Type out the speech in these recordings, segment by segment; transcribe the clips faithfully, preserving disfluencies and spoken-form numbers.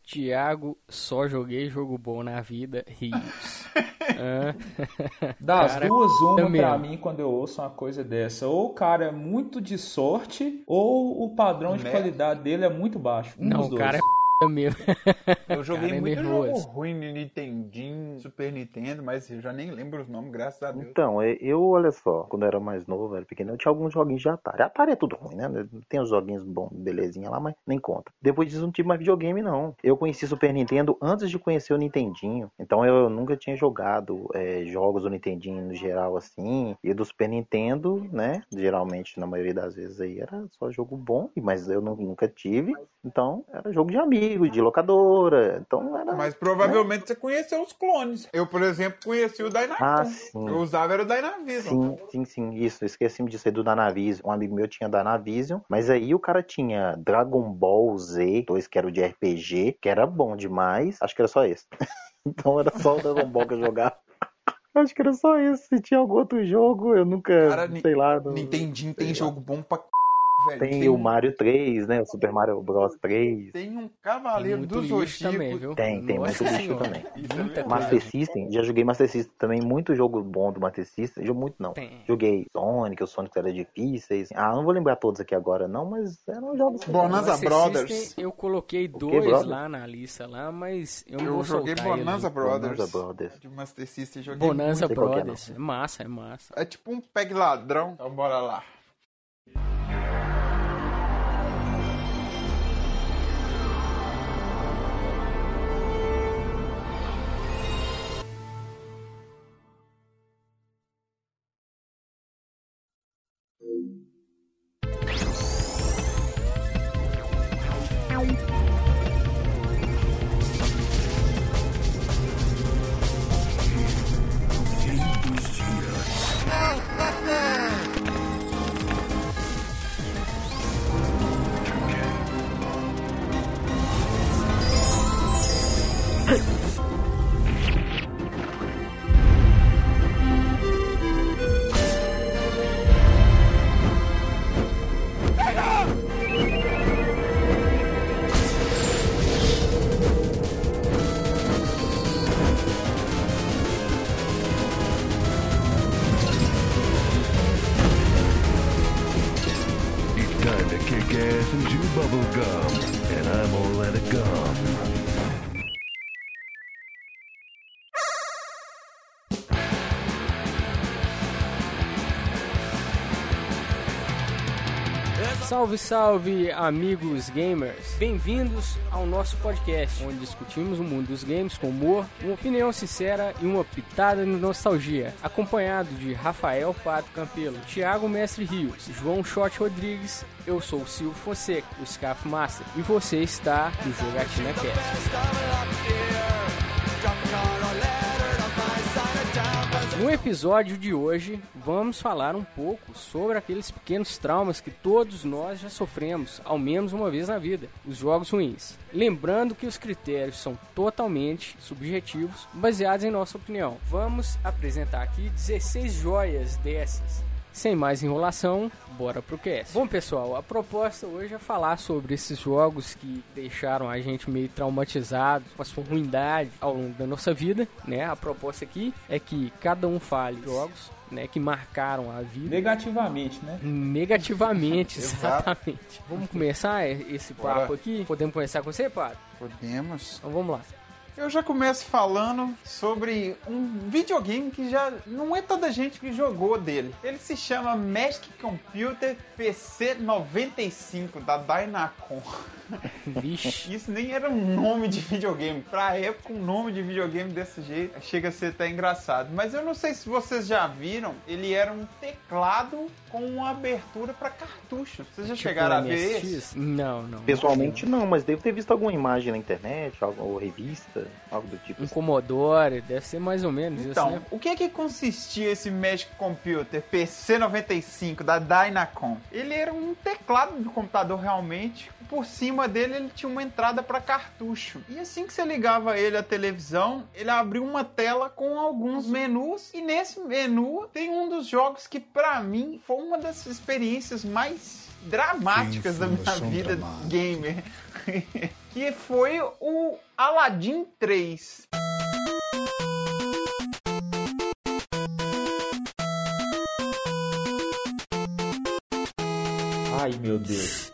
Thiago, só joguei jogo bom na vida, rios. ah. Das cara, duas, uma mesmo. pra mim quando eu ouço uma coisa dessa. Ou o cara é muito de sorte, ou o padrão de Né? qualidade dele é muito baixo. Um Não, dos o dois. cara é mesmo. Eu joguei Cara, é muito nervoso. jogo ruim no Nintendinho, Super Nintendo, mas eu já nem lembro os nomes, graças a Deus. Então, eu- eu, olha só, quando eu era mais novo, era pequeno, eu tinha alguns joguinhos de Atari. Atari é tudo ruim, né? Tem os joguinhos bons, belezinha lá, mas nem conta. Depois disso, não tive mais videogame, não. Eu conheci Super Nintendo antes de conhecer o Nintendinho. Então, eu nunca tinha jogado é, jogos do Nintendinho no geral, assim. E do Super Nintendo, né? Geralmente, na maioria das vezes aí, era só jogo bom, mas eu não- nunca tive. Então, era jogo de amigos, de locadora. Então, era... Mas provavelmente você conheceu os clones. Eu, por exemplo, conheci o Dynacon. Ah, sim. Eu usava era o Dynavision. Sim, sim, sim, isso, esqueci de ser do Dynavision. Um amigo meu tinha Dynavision, mas aí o cara tinha Dragon Ball Z, dois que era o de R P G, que era bom demais, acho que era só esse. Então era só o Dragon Ball que eu jogava. Acho que era só esse, se tinha algum outro jogo, eu nunca, Cara, sei lá. Não... Nintendinho tem jogo bom pra c... velho. Tem, o Mario três, né, o Super Mario Bros três. Tem um Tem Cavaleiro muito do lixo Zodíaco. também, viu? Tem, tem Nossa muito lixo senhora. também. Muita Master coisa. System, já joguei Master System também, muito jogo bom do Master System, jogo muito não. Tem. Joguei Sonic, os Sonic eram difíceis. Ah, não vou lembrar todos aqui agora não, mas eram jogos... Bonanza Master Brothers. System, eu coloquei quê, dois brother? lá na lista lá, mas eu não Eu vou joguei soltar Bonanza eles. Brothers. Bonanza Brothers. De Master System, joguei Bonanza Sei qual que é, Brothers. É massa, é massa. muito. É tipo um Peg Ladrão. Então bora lá. Time to kick ass and chew bubble gum, and I'm all out of gum. Salve, salve, amigos gamers! Bem-vindos ao nosso podcast, onde discutimos o mundo dos games com humor, uma opinião sincera e uma pitada de nostalgia. Acompanhado de Rafael Pato Campelo, Thiago Mestre Rios, João Shot Rodrigues, eu sou o Silvio Fonseca, o Scarf Master, e você está no Jogatina Cast. No episódio de hoje, vamos falar um pouco sobre aqueles pequenos traumas que todos nós já sofremos, ao menos uma vez na vida, os jogos ruins. Lembrando que os critérios são totalmente subjetivos, baseados em nossa opinião. Vamos apresentar aqui dezesseis joias dessas. Sem mais enrolação, bora pro cast. Bom, pessoal, a proposta hoje é falar sobre esses jogos que deixaram a gente meio traumatizado com a sua ruindade ao longo da nossa vida, né? A proposta aqui é que cada um fale jogos, né, que marcaram a vida Negativamente, né? negativamente, Exato. exatamente. Vamos começar esse Bora. papo aqui? Podemos começar com você, Padre? Podemos. Então vamos lá. Eu já começo falando sobre um videogame que já não é toda gente que jogou dele. Ele se chama Magic Computer P C noventa e cinco da Dynacon. Vixe. Isso nem era um nome de videogame. Pra época, um nome de videogame desse jeito chega a ser até engraçado. Mas eu não sei se vocês já viram, ele era um teclado com uma abertura pra cartucho. Vocês já Tipo chegaram a um ver M S esse? X? Não, não. Pessoalmente não, mas devo ter visto alguma imagem na internet, algo, ou revista, algo do tipo. Um assim. Commodore, deve ser mais ou menos isso, Então, né? o que é que consistia esse Magic Computer P C noventa e cinco da Dynacon? Ele era um teclado de computador realmente. Por cima dele ele tinha uma entrada para cartucho. E assim que você ligava ele à televisão, ele abriu uma tela com alguns menus. E nesse menu tem um dos jogos que pra mim foi uma das experiências mais dramáticas da minha vida gamer. que foi o Aladdin três. Ai, meu Deus.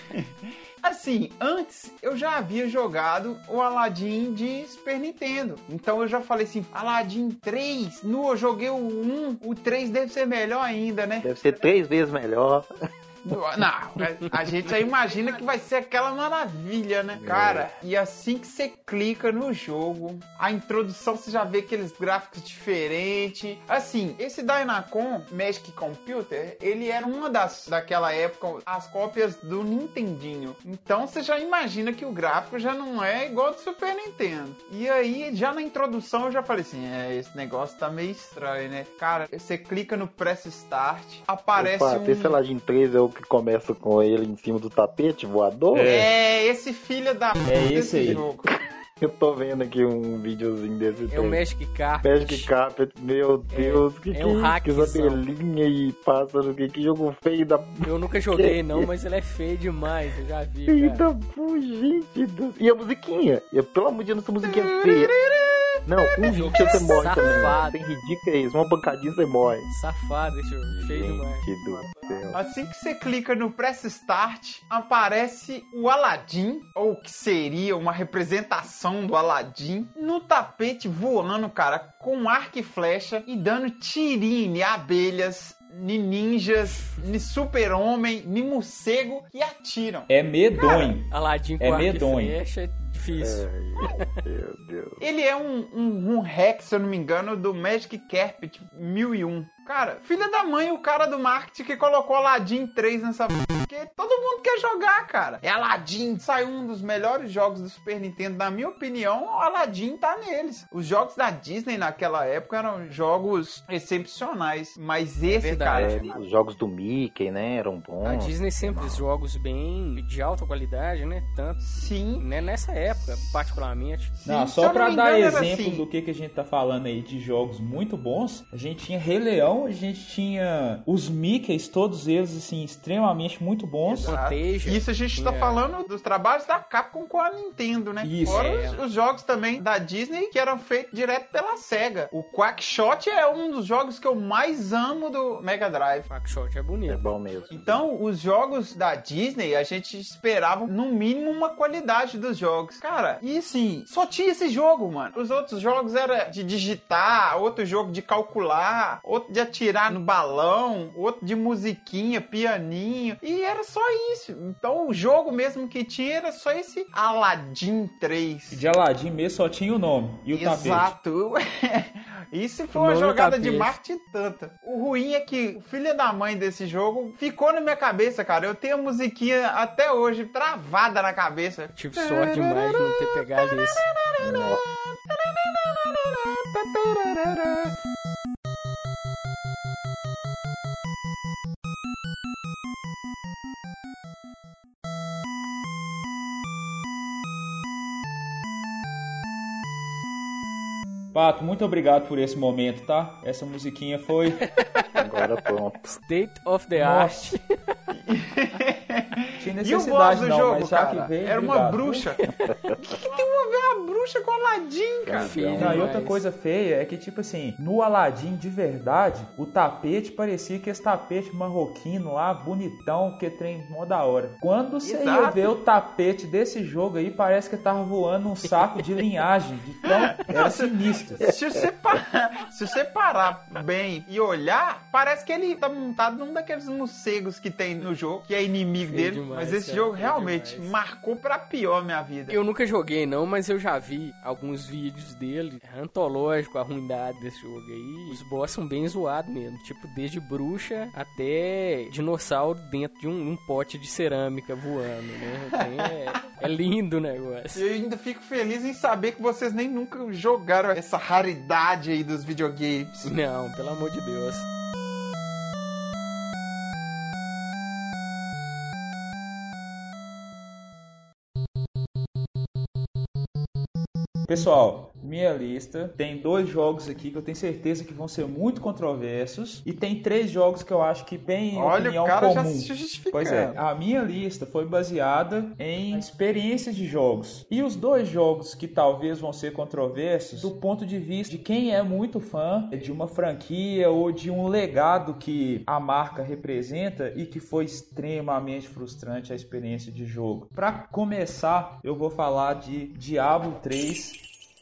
Assim, antes eu já havia jogado o Aladdin de Super Nintendo. Então eu já falei assim, Aladdin três, no, eu joguei o um, o três deve ser melhor ainda, né? Deve ser três vezes melhor. Não, a gente já imagina que vai ser aquela maravilha, né? Cara, e assim que você clica no jogo, a introdução você já vê aqueles gráficos diferentes. Assim, esse Dynacon Magic Computer, ele era uma das, daquela época, as cópias do Nintendinho. Então você já imagina que o gráfico já não é igual do Super Nintendo. E aí, já na introdução eu já falei assim, é, esse negócio tá meio estranho, né? Cara, você clica no Press Start, aparece Opa, um... esse Aladdin três é o que começa com ele em cima do tapete voador? É, é esse filho da puta esse desse aí. jogo. Eu tô vendo aqui um videozinho desse. É o Magic Carpet. Magic Carpet, meu Deus, que é que um é isso? Que hackzão. abelhinha e pássaro, que, que jogo feio da... Eu nunca joguei não, mas ele é feio demais, eu já vi, Feio cara. da pu- gente do... E a musiquinha? E, pelo amor de Deus, essa musiquinha é feia. Não, um hit você morre também. Safado. Tem ridículo é isso, uma pancadinha você morre. Safado esse jogo, feio demais. Gente do céu. Assim que você clica no Press Start, aparece o Aladdin, ou que seria uma representação do Aladdin, no tapete voando, cara, com arco e flecha e dando tirinho em abelhas, ni ninjas, ni super-homem, ni morcego que atiram. É medonho. Aladdin com É arco e medonho. flecha é difícil. Ai, meu Deus. Ele é um, um, um hack, se eu não me engano, do Magic Carpet mil e um. Cara, filha da mãe, o cara do marketing que colocou Aladdin três nessa... Porque todo mundo quer jogar, cara. É Aladdin. Saiu um dos melhores jogos do Super Nintendo. Na minha opinião, o Aladdin tá neles. Os jogos da Disney naquela época eram jogos excepcionais. Mas esse, verdade. cara... É, os jogos do Mickey, né, eram A bons. Disney sempre os jogos bem de alta qualidade, né? Tanto, Sim. né? Nessa época, particularmente. Não, Sim, se só eu pra me dar engano, era exemplo assim. do que, que a gente tá falando aí de jogos muito bons, a gente tinha Rei Leão, a gente tinha os Mickeys, todos eles, assim, extremamente muito bons. Exato. Fantasia. Isso a gente tá É. falando dos trabalhos da Capcom com a Nintendo, né? Isso. Fora É. os, os jogos também da Disney que eram feitos direto pela SEGA. O Quackshot é um dos jogos que eu mais amo do Mega Drive. Quackshot é É bonito. bom mesmo. Então, os jogos da Disney, a gente esperava, no mínimo, uma qualidade dos jogos. Cara, e assim, só tinha esse jogo, mano. Os outros jogos era de digitar, outro jogo de calcular, outro de atirar no balão, outro de musiquinha, pianinho, e era só isso. Então, o jogo mesmo que tinha era só esse Aladdin três. De Aladdin mesmo só tinha o nome e o tapete. Exato. Isso foi O uma nome jogada tapete. de marketing tanta. O ruim é que o filho da mãe desse jogo ficou na minha cabeça, cara. Eu tenho a musiquinha até hoje travada na cabeça. Tive sorte demais de não ter pegado esse. Nossa. Pato, muito obrigado por esse momento, tá? Essa musiquinha foi... Agora pronto. State of the Art. Nossa. Tinha E o boss necessidade do não, jogo, mas já cara? que veio, Era uma obrigado. bruxa. O que, que tem a ver uma bruxa com Aladdin, cara? Feio Não, e demais. outra coisa feia é que, tipo assim, no Aladdin de verdade, o tapete parecia que esse tapete marroquino lá, bonitão, que trem mó da hora. Quando você ia Exato. ver o tapete desse jogo aí, parece que tava voando um saco de linhagem, de tão... Era sinistro. Se você, parar, se você parar bem e olhar, parece que ele tá montado num daqueles morcegos que tem no jogo, que é inimigo Feio dele. demais, mas esse cara, jogo feio realmente demais. marcou pra pior minha vida. Eu nunca joguei não, mas eu já vi alguns vídeos dele. É antológico a ruindade desse jogo aí. Os boss são bem zoados mesmo. Tipo, desde bruxa até dinossauro dentro de um, um pote de cerâmica voando, né? Tem- é, é lindo o negócio. Eu ainda fico feliz em saber que vocês nem nunca jogaram essa raridade aí dos videogames. Não, pelo amor de Deus. Pessoal, minha lista tem dois jogos aqui que eu tenho certeza que vão ser muito controversos e tem três jogos que eu acho que bem Olha, opinião o cara comum. já se justificando. Pois é, a minha lista foi baseada em experiências de jogos. E os dois jogos que talvez vão ser controversos do ponto de vista de quem é muito fã de uma franquia ou de um legado que a marca representa e que foi extremamente frustrante a experiência de jogo. Para começar, eu vou falar de Diablo três.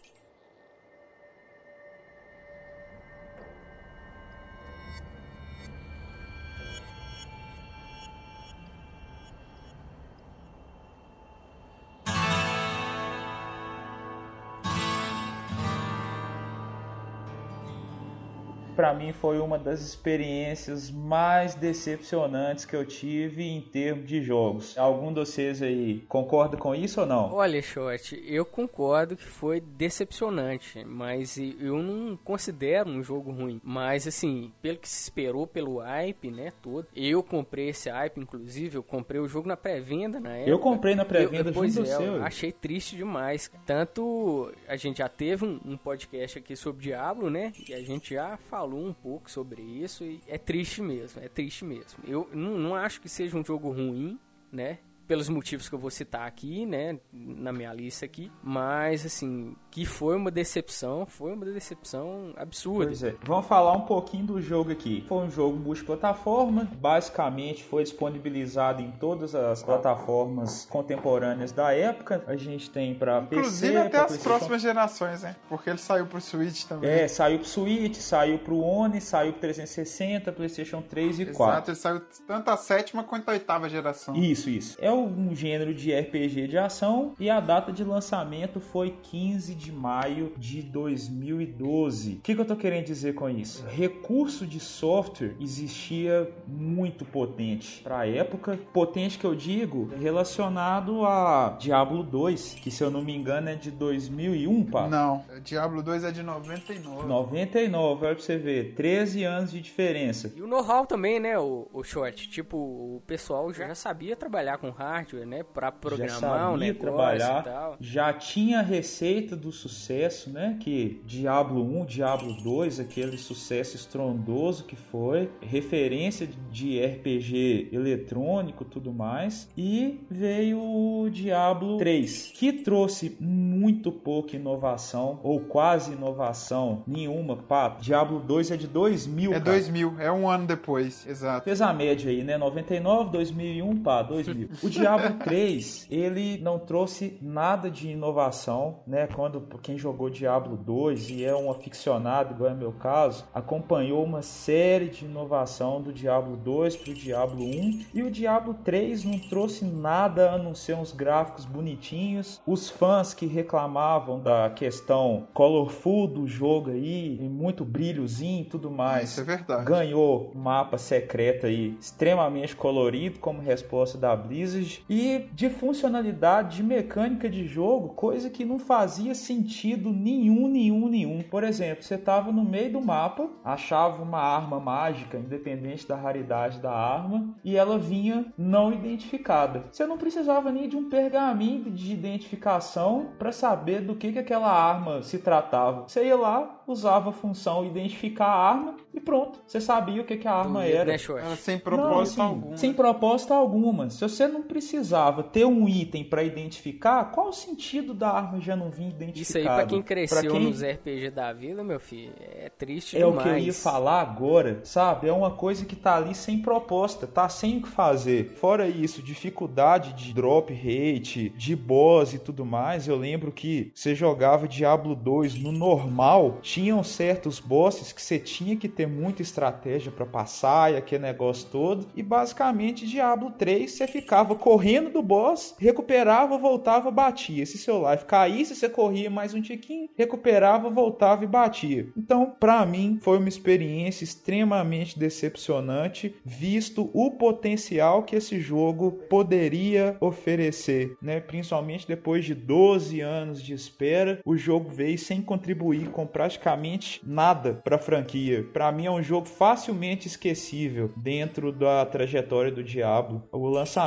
Para mim foi uma das experiências mais decepcionantes que eu tive em termos de jogos. Algum de vocês aí concorda com isso ou não? Olha, Short, eu concordo que foi decepcionante, mas eu não considero um jogo ruim. Mas assim, pelo que se esperou, pelo hype, né, todo, eu comprei esse hype, inclusive, eu comprei o jogo na pré-venda na época. Eu comprei na pré-venda junto ao é, seu. Eu achei triste demais. Tanto a gente já teve um, um podcast aqui sobre Diablo, né, e a gente já falou um pouco sobre isso e é triste mesmo, é triste mesmo. Eu não, não acho que seja um jogo ruim, né? Pelos motivos que eu vou citar aqui, né, na minha lista aqui, mas assim, que foi uma decepção, foi uma decepção absurda. Pois é. Vamos falar um pouquinho do jogo aqui. Foi um jogo multiplataforma, basicamente foi disponibilizado em todas as plataformas contemporâneas da época. A gente tem para P C, inclusive até as PlayStation... próximas gerações, né? Porque ele saiu pro Switch também. É, saiu pro Switch, saiu pro One, saiu pro trezentos e sessenta, PlayStation três e Exato, quatro. Exato, ele saiu tanto a sétima quanto a oitava geração. Isso, isso. É um gênero de R P G de ação e a data de lançamento foi quinze de maio de dois mil e doze. O que, que eu tô querendo dizer com isso? Recurso de software existia muito potente para a época. Potente que eu digo relacionado a Diablo dois, que se eu não me engano é de dois mil e um, pá. Não, Diablo dois é de noventa e nove. noventa e nove, olha pra você ver. treze anos de diferença. E o know-how também, né, o, o Short? Tipo, o pessoal já sabia trabalhar com hardware, né, pra programar um negócio trabalhar, e tal. Já tinha a receita do sucesso, né, que Diablo um, Diablo dois, aquele sucesso estrondoso que foi, referência de R P G eletrônico, tudo mais, e veio o Diablo três, que trouxe muito pouca inovação, ou quase inovação nenhuma, pá. Diablo dois é de dois mil, É cara. dois mil, é um ano depois, exato. Fez a média aí, né, noventa e nove, dois mil e um, pá, dois mil. O Diablo três, ele não trouxe nada de inovação, né? Quando quem jogou Diablo dois e é um aficionado, igual é meu caso, acompanhou uma série de inovação do Diablo dois pro Diablo um, e o Diablo três não trouxe nada a não ser uns gráficos bonitinhos. Os fãs que reclamavam da questão colorful do jogo aí, e muito brilhozinho e tudo mais, Isso é verdade. ganhou um mapa secreto aí extremamente colorido como resposta da Blizzard, e de funcionalidade, de mecânica de jogo, coisa que não fazia sentido nenhum, nenhum, nenhum. Por exemplo, você estava no meio do mapa, achava uma arma mágica, independente da raridade da arma, e ela vinha não identificada. Você não precisava nem de um pergaminho de identificação para saber do que, que aquela arma se tratava. Você ia lá, usava a função identificar a arma e pronto. Você sabia o que, que a arma Duvido, era. né, Short? Era sem propósito Não, assim, algum. sem proposta alguma. Se você não precisava ter um item para identificar, qual o sentido da arma já não vir identificada? Isso aí, pra quem cresceu Pra quem... nos R P G da vida, meu filho, é triste É demais. o que eu ia falar agora, sabe? É uma coisa que tá ali sem proposta, tá sem o que fazer. Fora isso, dificuldade de drop rate, de boss e tudo mais. Eu lembro que você jogava Diablo dois no normal, tinham certos bosses que você tinha que ter muita estratégia para passar e aquele negócio todo. E basicamente Diablo três você ficava correndo do boss, recuperava, voltava, batia. Se seu life caísse, você corria mais um tiquinho, recuperava, voltava e batia. Então, para mim, foi uma experiência extremamente decepcionante, visto o potencial que esse jogo poderia oferecer, né? Principalmente depois de doze anos de espera, o jogo veio sem contribuir com praticamente nada para a franquia. Para mim é um jogo facilmente esquecível dentro da trajetória do Diablo. O lançamento do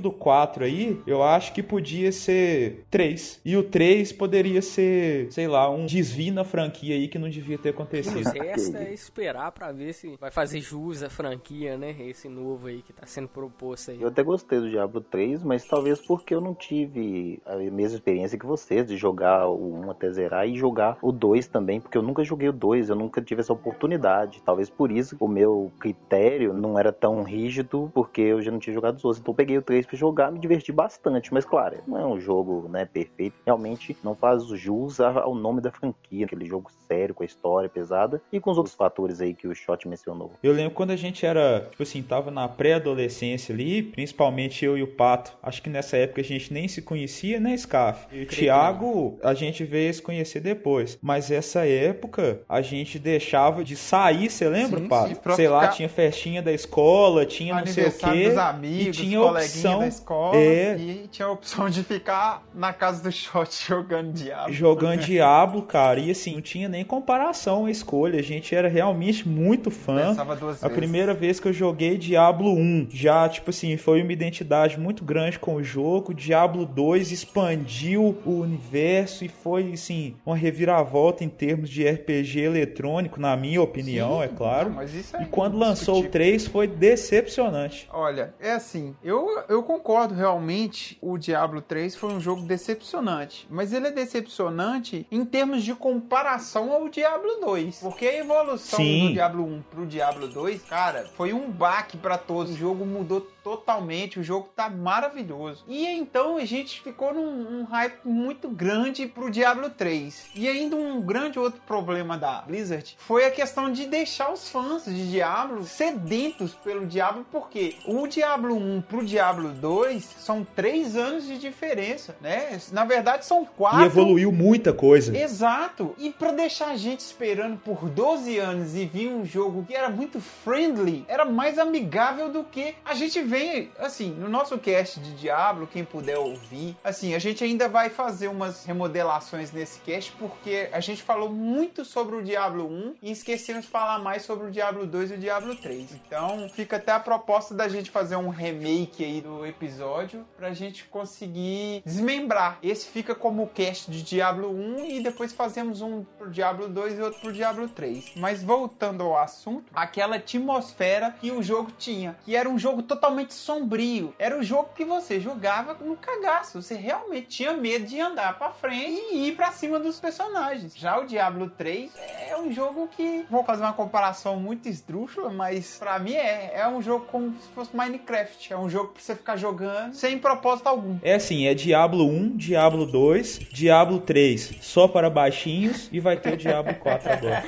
do quatro aí, eu acho que podia ser três. E o três poderia ser, sei lá, um desvio na franquia aí que não devia ter O que acontecido. nos resta é esperar pra ver se vai fazer jus à franquia, né? Esse novo aí que tá sendo proposto aí. Eu até gostei do Diablo três, mas talvez porque eu não tive a mesma experiência que vocês de jogar o um até zerar e jogar o dois também, porque eu nunca joguei o dois, eu nunca tive essa oportunidade. Talvez por isso o meu critério não era tão rígido, porque eu já não tinha jogado os outros. Então eu peguei o três pra jogar, me diverti bastante, mas claro, não é um jogo, né, perfeito. Realmente não faz jus ao nome da franquia, aquele jogo sério, com a história pesada e com os outros fatores aí que o Shot mencionou. Eu lembro quando a gente era, tipo assim, tava na pré-adolescência ali, principalmente eu e o Pato. Acho que nessa época a gente nem se conhecia, né, Scarf? E o Thiago, a gente veio se conhecer depois. Mas essa época, a gente deixava de sair, você lembra, Sim, Pato? sim, pra Sei lá, ficar- tinha festinha da escola, tinha não sei o Aniversário quê. dos amigos, e tinha coleguinha opção, da escola. é, E tinha a opção de ficar na casa do Shot jogando Diablo. jogando Diablo, cara. E assim, não tinha nem comparação a escolha. A gente era realmente muito fã. Pensava duas A vezes. primeira vez que eu joguei Diablo um, já, tipo assim, foi uma identidade muito grande com o jogo. Diablo dois expandiu o universo e foi, assim, uma reviravolta em termos de R P G eletrônico, na minha opinião, Sim, é claro. não, mas isso é E quando lançou o indiscutível. três foi decepcionante. Olha, é assim, eu, eu concordo realmente, o Diablo três foi um jogo decepcionante, mas ele é decepcionante em termos de comparação ao Diablo dois, porque a evolução Sim. do Diablo um pro Diablo dois, cara, foi um baque pra todos, o jogo mudou totalmente, o jogo tá maravilhoso. E então a gente ficou num um hype muito grande pro Diablo três. E ainda um grande outro problema da Blizzard foi a questão de deixar os fãs de Diablo sedentos pelo Diablo, porque o Diablo um pro Diablo dois são três anos de diferença, né? Na verdade são quatro. E evoluiu muita coisa. Exato. E pra deixar a gente esperando por doze anos e vir um jogo que era muito friendly, era mais amigável do que a gente vem, assim, no nosso cast de Diablo, quem puder ouvir, assim, a gente ainda vai fazer umas remodelações nesse cast, porque a gente falou muito sobre o Diablo um e esquecemos de falar mais sobre o Diablo dois e o Diablo três. Então, fica até a proposta da gente fazer um remake aí do episódio pra gente conseguir desmembrar. Esse fica como o cast de Diablo um e depois fazemos um pro Diablo dois e outro pro Diablo três. Mas voltando ao assunto, aquela atmosfera que o jogo tinha, que era um jogo totalmente sombrio. Era um jogo que você jogava no cagaço. Você realmente tinha medo de andar pra frente e ir pra cima dos personagens. Já o Diablo três é um jogo que... Vou fazer uma comparação muito esdrúxula, mas pra mim é. É um jogo como se fosse Minecraft. É um jogo pra você ficar jogando sem propósito algum. É assim, é Diablo um, Diablo dois, Diablo três só para baixinhos e vai ter o Diablo quatro agora.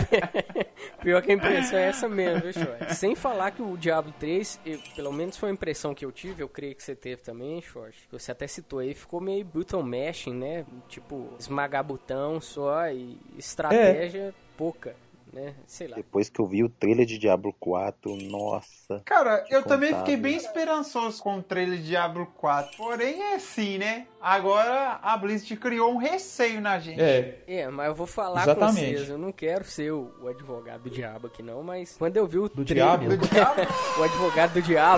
Pior que a impressão é essa mesmo, viu, Short? Sem falar que o Diablo três, eu, pelo menos foi a impressão que eu tive, eu creio que você teve também, Short. Você até citou aí, ficou meio button mashing, né? Tipo, esmagar botão só e estratégia pouca. Né? Sei lá. Depois que eu vi o trailer de Diablo quatro, nossa. Cara, eu também contável. fiquei bem esperançoso com o trailer de Diablo quatro. Porém, é assim, né? Agora a Blizzard criou um receio na gente. É, É, mas eu vou falar Exatamente. com vocês, eu não quero ser o, o advogado do diabo aqui não, mas quando eu vi o Do trailer... diabo? Do Diablo? o advogado do diabo.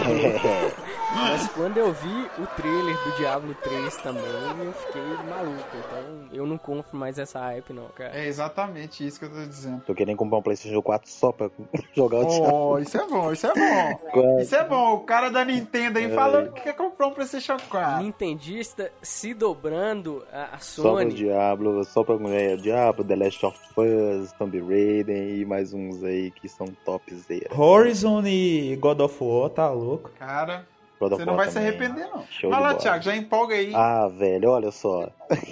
Mas quando eu vi o trailer do Diablo três também, eu fiquei maluco. Então eu não compro mais essa hype não, cara. É exatamente isso que eu tô dizendo. Tô querendo comprar um PlayStation quatro só pra jogar o Diablo. Oh, isso é bom, isso é bom. quatro. Isso é bom. O cara da Nintendo aí falando que quer comprar um PlayStation quatro. Nintendista se dobrando a, a Só no Sony. Diablo, só pra mulher Diablo, The Last of Us, Tomb Raider e mais uns aí que são topzera. Horizon e God of War, tá louco? Cara, God of você não War vai se também. arrepender, não. Show Vai de lá, bola. Thiago, já empolga aí. Ah, velho, olha só.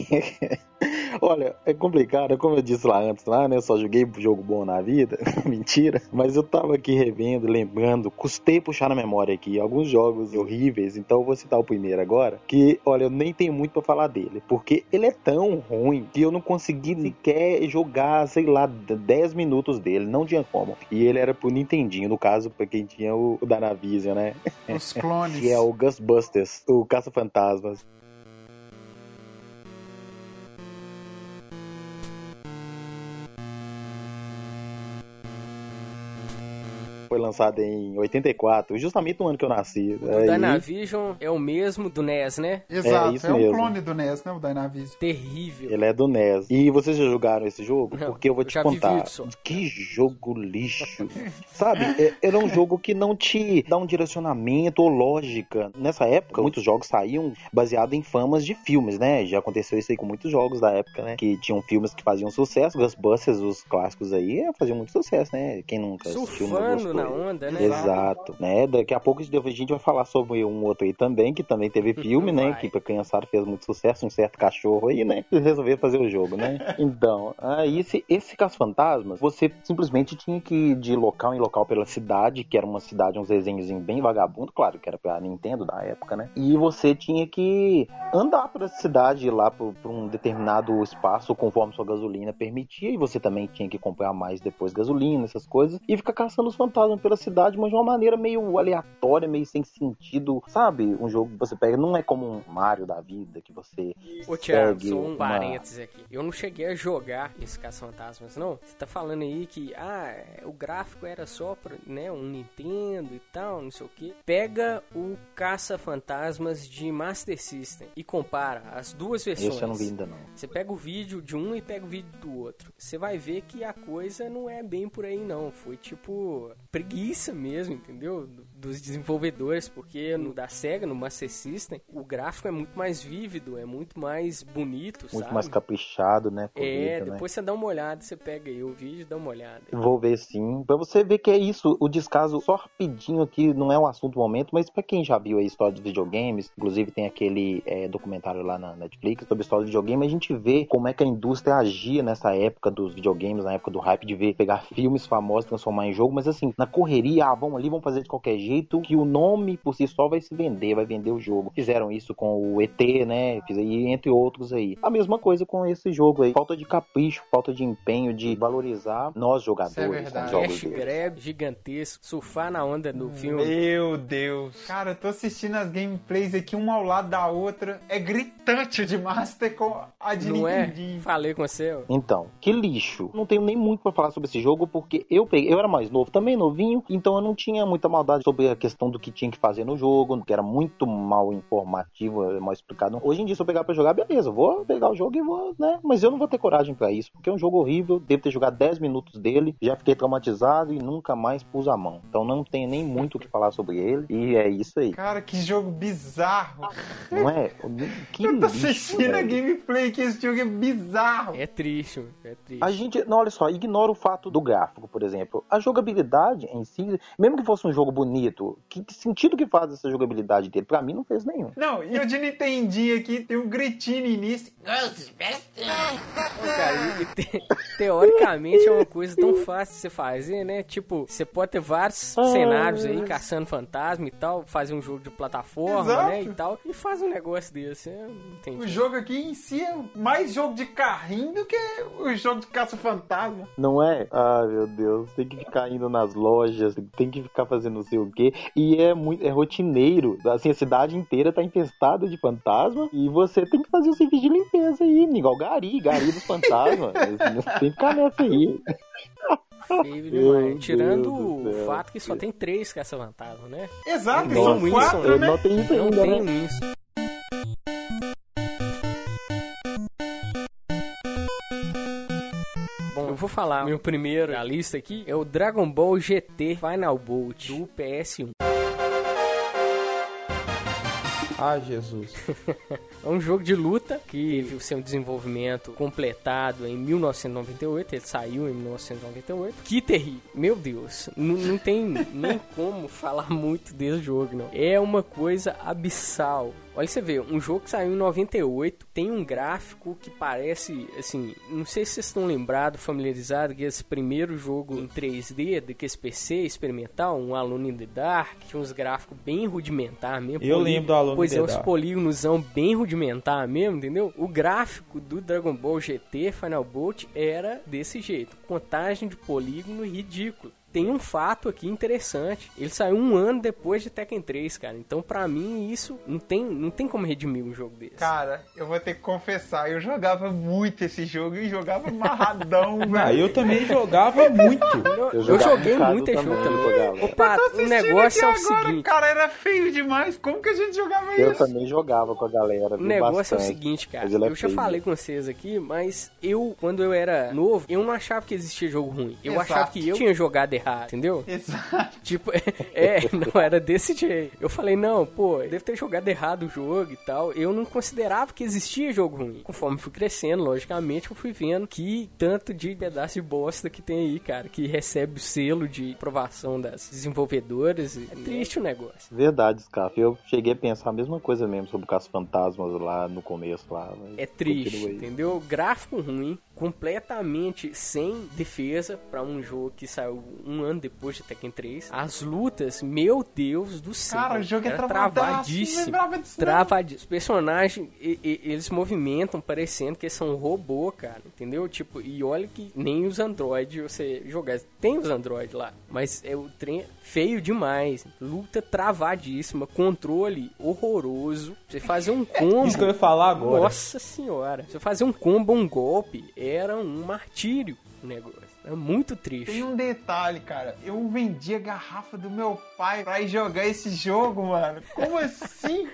Olha, é complicado, como eu disse lá antes, lá, né? Eu só joguei jogo bom na vida. Mentira. Mas eu tava aqui revendo, lembrando, custei puxar na memória aqui alguns jogos horríveis, então eu vou citar o primeiro agora, que, olha, eu nem tenho muito pra falar dele, porque ele é tão ruim que eu não consegui sequer jogar, sei lá, dez minutos dele, não tinha como. E ele era pro Nintendinho, no caso, pra quem tinha o, o Danavision, né? Os clones. Que é o Ghostbusters, o Caça-Fantasmas. foi lançado em oitenta e quatro, justamente no ano que eu nasci. O Aí... Dynavision é o mesmo do N E S, né? Exato, É, isso é um mesmo. clone do N E S, né? O Dynavision. Terrível. Ele é do N E S. E vocês já jogaram esse jogo? Não, Porque eu vou eu te já vi contar. vídeo só. Que jogo lixo. Sabe? É- Era um jogo que não te dá um direcionamento ou lógica. Nessa época, muitos jogos saíam baseados em famas de filmes, né? Já aconteceu isso aí com muitos jogos da época, né? Que tinham filmes que faziam sucesso. Ghostbusters, os clássicos aí, é, faziam muito sucesso, né? Quem nunca assistiu, não Surfando gostou. na onda, né? Exato, né? Daqui a pouco a gente vai falar sobre um outro aí também, que também teve filme, né? Vai. Que pra criançada fez muito sucesso, um certo cachorro aí, né? Eles resolveram fazer o jogo, né? Então, aí esse, esse Caça-Fantasmas, você simplesmente tinha que ir de local em local pela cidade, que era uma cidade, uns desenhos bem vagabundo, claro, que era pra Nintendo da época, né? E você tinha que andar pela cidade lá por, por um determinado espaço, conforme sua gasolina permitia, e você também tinha que comprar mais depois gasolina, essas coisas, e ficar caçando os fantasmas pela cidade, mas de uma maneira meio aleatória, meio sem sentido, sabe? Um jogo que você pega, não é como um Mario da vida, que você Ô, Thiago, segue só um uma... parênteses aqui. Eu não cheguei a jogar esse Caça-Fantasmas, não. Você tá falando aí que, ah, o gráfico era só pra, né, um Nintendo e tal, não sei o que. Pega o Caça-Fantasmas de Master System e compara as duas versões. Esse eu não vi ainda, não. Você pega o vídeo de um e pega o vídeo do outro. Você vai ver que a coisa não é bem por aí, não. Foi tipo preguiça mesmo, entendeu? Dos desenvolvedores, porque no da Sega, no Master System, o gráfico é muito mais vívido, é muito mais bonito, Muito sabe? mais caprichado, né? É, Corrido, né? depois você dá uma olhada, você pega aí o vídeo e dá uma olhada. Vou ver sim. Pra você ver que é isso, o descaso, só rapidinho aqui, não é um assunto do momento, mas pra quem já viu a história dos videogames, inclusive tem aquele é, documentário lá na Netflix sobre a história do videogame, a gente vê como é que a indústria agia nessa época dos videogames, na época do hype de ver, pegar filmes famosos, transformar em jogo, mas assim, na correria, ah, vamos ali, vamos fazer de qualquer jeito, que o nome por si só vai se vender, vai vender o jogo. Fizeram isso com o E T, né, Fiz aí, entre outros aí. A mesma coisa com esse jogo aí, falta de capricho, falta de empenho, de valorizar nós jogadores. Isso é verdade. nos jogos Cash deles. grab gigantesco, surfar na onda do filme. Meu Deus. Cara, eu tô assistindo as gameplays aqui, uma ao lado da outra. É gritante de Master com a de Não é? Nintendinho. Falei com você, ó. Então, que lixo. Não tenho nem muito pra falar sobre esse jogo, porque eu peguei, eu era mais novo, também novinho, então eu não tinha muita maldade sobre a questão do que tinha que fazer no jogo, que era muito mal informativo, mal explicado. Hoje em dia, se eu pegar pra jogar, beleza, vou pegar o jogo e vou, né? Mas eu não vou ter coragem pra isso, porque é um jogo horrível, devo ter jogado dez minutos dele, já fiquei traumatizado e nunca mais pus a mão. Então não tenho nem muito o que falar sobre ele, e é isso aí. Cara, que jogo bizarro. Não é? Que Eu tô lixo, assistindo a velho. gameplay que esse jogo é bizarro. É triste, mano, é triste. A gente, não, olha só, ignora o fato do gráfico, por exemplo. A jogabilidade em si, mesmo que fosse um jogo bonito, que, que sentido que faz essa jogabilidade dele? Pra mim não fez nenhum. Não, e o de Nintendinho aqui tem um gritinho no início. Pô, cara, e te- teoricamente é uma coisa tão fácil de você fazer, né? Tipo, você pode ter vários Ah, cenários aí, caçando fantasma e tal, fazer um jogo de plataforma, Exato. né, e tal, e faz um negócio desse, eu não entendi. O jogo aqui em si é mais jogo de carrinho do que o jogo de caça-fantasma. Não é? Ah, meu Deus, tem que ficar indo nas lojas, tem que ficar fazendo não sei o quê. E é muito, é rotineiro. Assim, a cidade inteira tá infestada de fantasma e você tem que fazer o serviço de limpeza aí, igual Gari, Gari dos fantasmas. Tem que ficar nessa aí. Feio Meu demais. Tirando Deus do o céu. fato que só tem três caça-fantasma, né? Exato, Tem são um quatro, Winston, Eu né? não tenho isso Não ainda, tem né? isso. Bom, eu vou falar. Meu primeiro da lista aqui é o Dragon Ball G T Final Bolt do P S um. Ah, Jesus. É um jogo de luta que teve o seu desenvolvimento completado em mil novecentos e noventa e oito. Ele saiu em mil novecentos e noventa e oito. Que terrível. Meu Deus. N- não tem nem como falar muito desse jogo, não. É uma coisa abissal. Olha, você vê, um jogo que saiu em noventa e oito, tem um gráfico que parece, assim, não sei se vocês estão lembrados, familiarizados, que esse primeiro jogo em três D, daquele P C experimental, um Alone in the Dark, tinha uns gráficos bem rudimentar mesmo. Eu polí- lembro do Alone in Pois the é, uns Dark. polígonosão bem rudimentar mesmo, entendeu? O gráfico do Dragon Ball G T Final Bolt era desse jeito, contagem de polígono ridículo. tem um fato aqui interessante. Ele saiu um ano depois de Tekken três, cara. Então, pra mim, isso não tem, não tem como redimir um jogo desse. Cara, eu vou ter que confessar, eu jogava muito esse jogo e jogava amarradão, Ah, velho. eu também jogava muito. Eu, eu jogava joguei em casa muito esse jogo também, também. jogava. Opa, Tô o assistindo negócio é o aqui agora, seguinte. cara, era feio demais. Como que a gente jogava Eu isso? também jogava com a galera. O viu, negócio é o bastante. seguinte, cara. Mas ele é Eu já feio. falei com vocês aqui, mas eu, quando eu era novo, eu não achava que existia jogo ruim. Eu Exato. achava que eu tinha jogado errado, entendeu? Exato. Tipo, é, não era desse jeito. Eu falei, não, pô, eu devo ter jogado errado o jogo e tal. Eu não considerava que existia jogo ruim. Conforme fui crescendo, logicamente, eu fui vendo que tanto de pedaço de bosta que tem aí, cara, que recebe o selo de aprovação das desenvolvedoras. É triste o negócio. Verdade, Scarf. Eu cheguei a pensar a mesma coisa mesmo sobre o Caça Fantasmas lá no começo. Lá, mas É triste, continua aí. entendeu? Gráfico ruim, completamente sem defesa pra um jogo que saiu um ano depois de Tekken três. As lutas, meu Deus do céu. Cara, o jogo é era travadaço, travadíssimo. não lembrava disso não. Travadíssimo. Os personagens, e- e- eles movimentam parecendo que eles são robô, cara, entendeu? Tipo, e olha que nem os Android você jogar. Tem os Android lá, mas é o trem é feio demais. Luta travadíssima, controle horroroso. Você fazer um combo. Isso que eu ia falar agora. Nossa senhora. Você fazer um combo, um golpe, era um martírio o negócio. É muito triste. Tem um detalhe, cara. Eu vendi a garrafa do meu pai pra ir jogar esse jogo, mano. Como assim?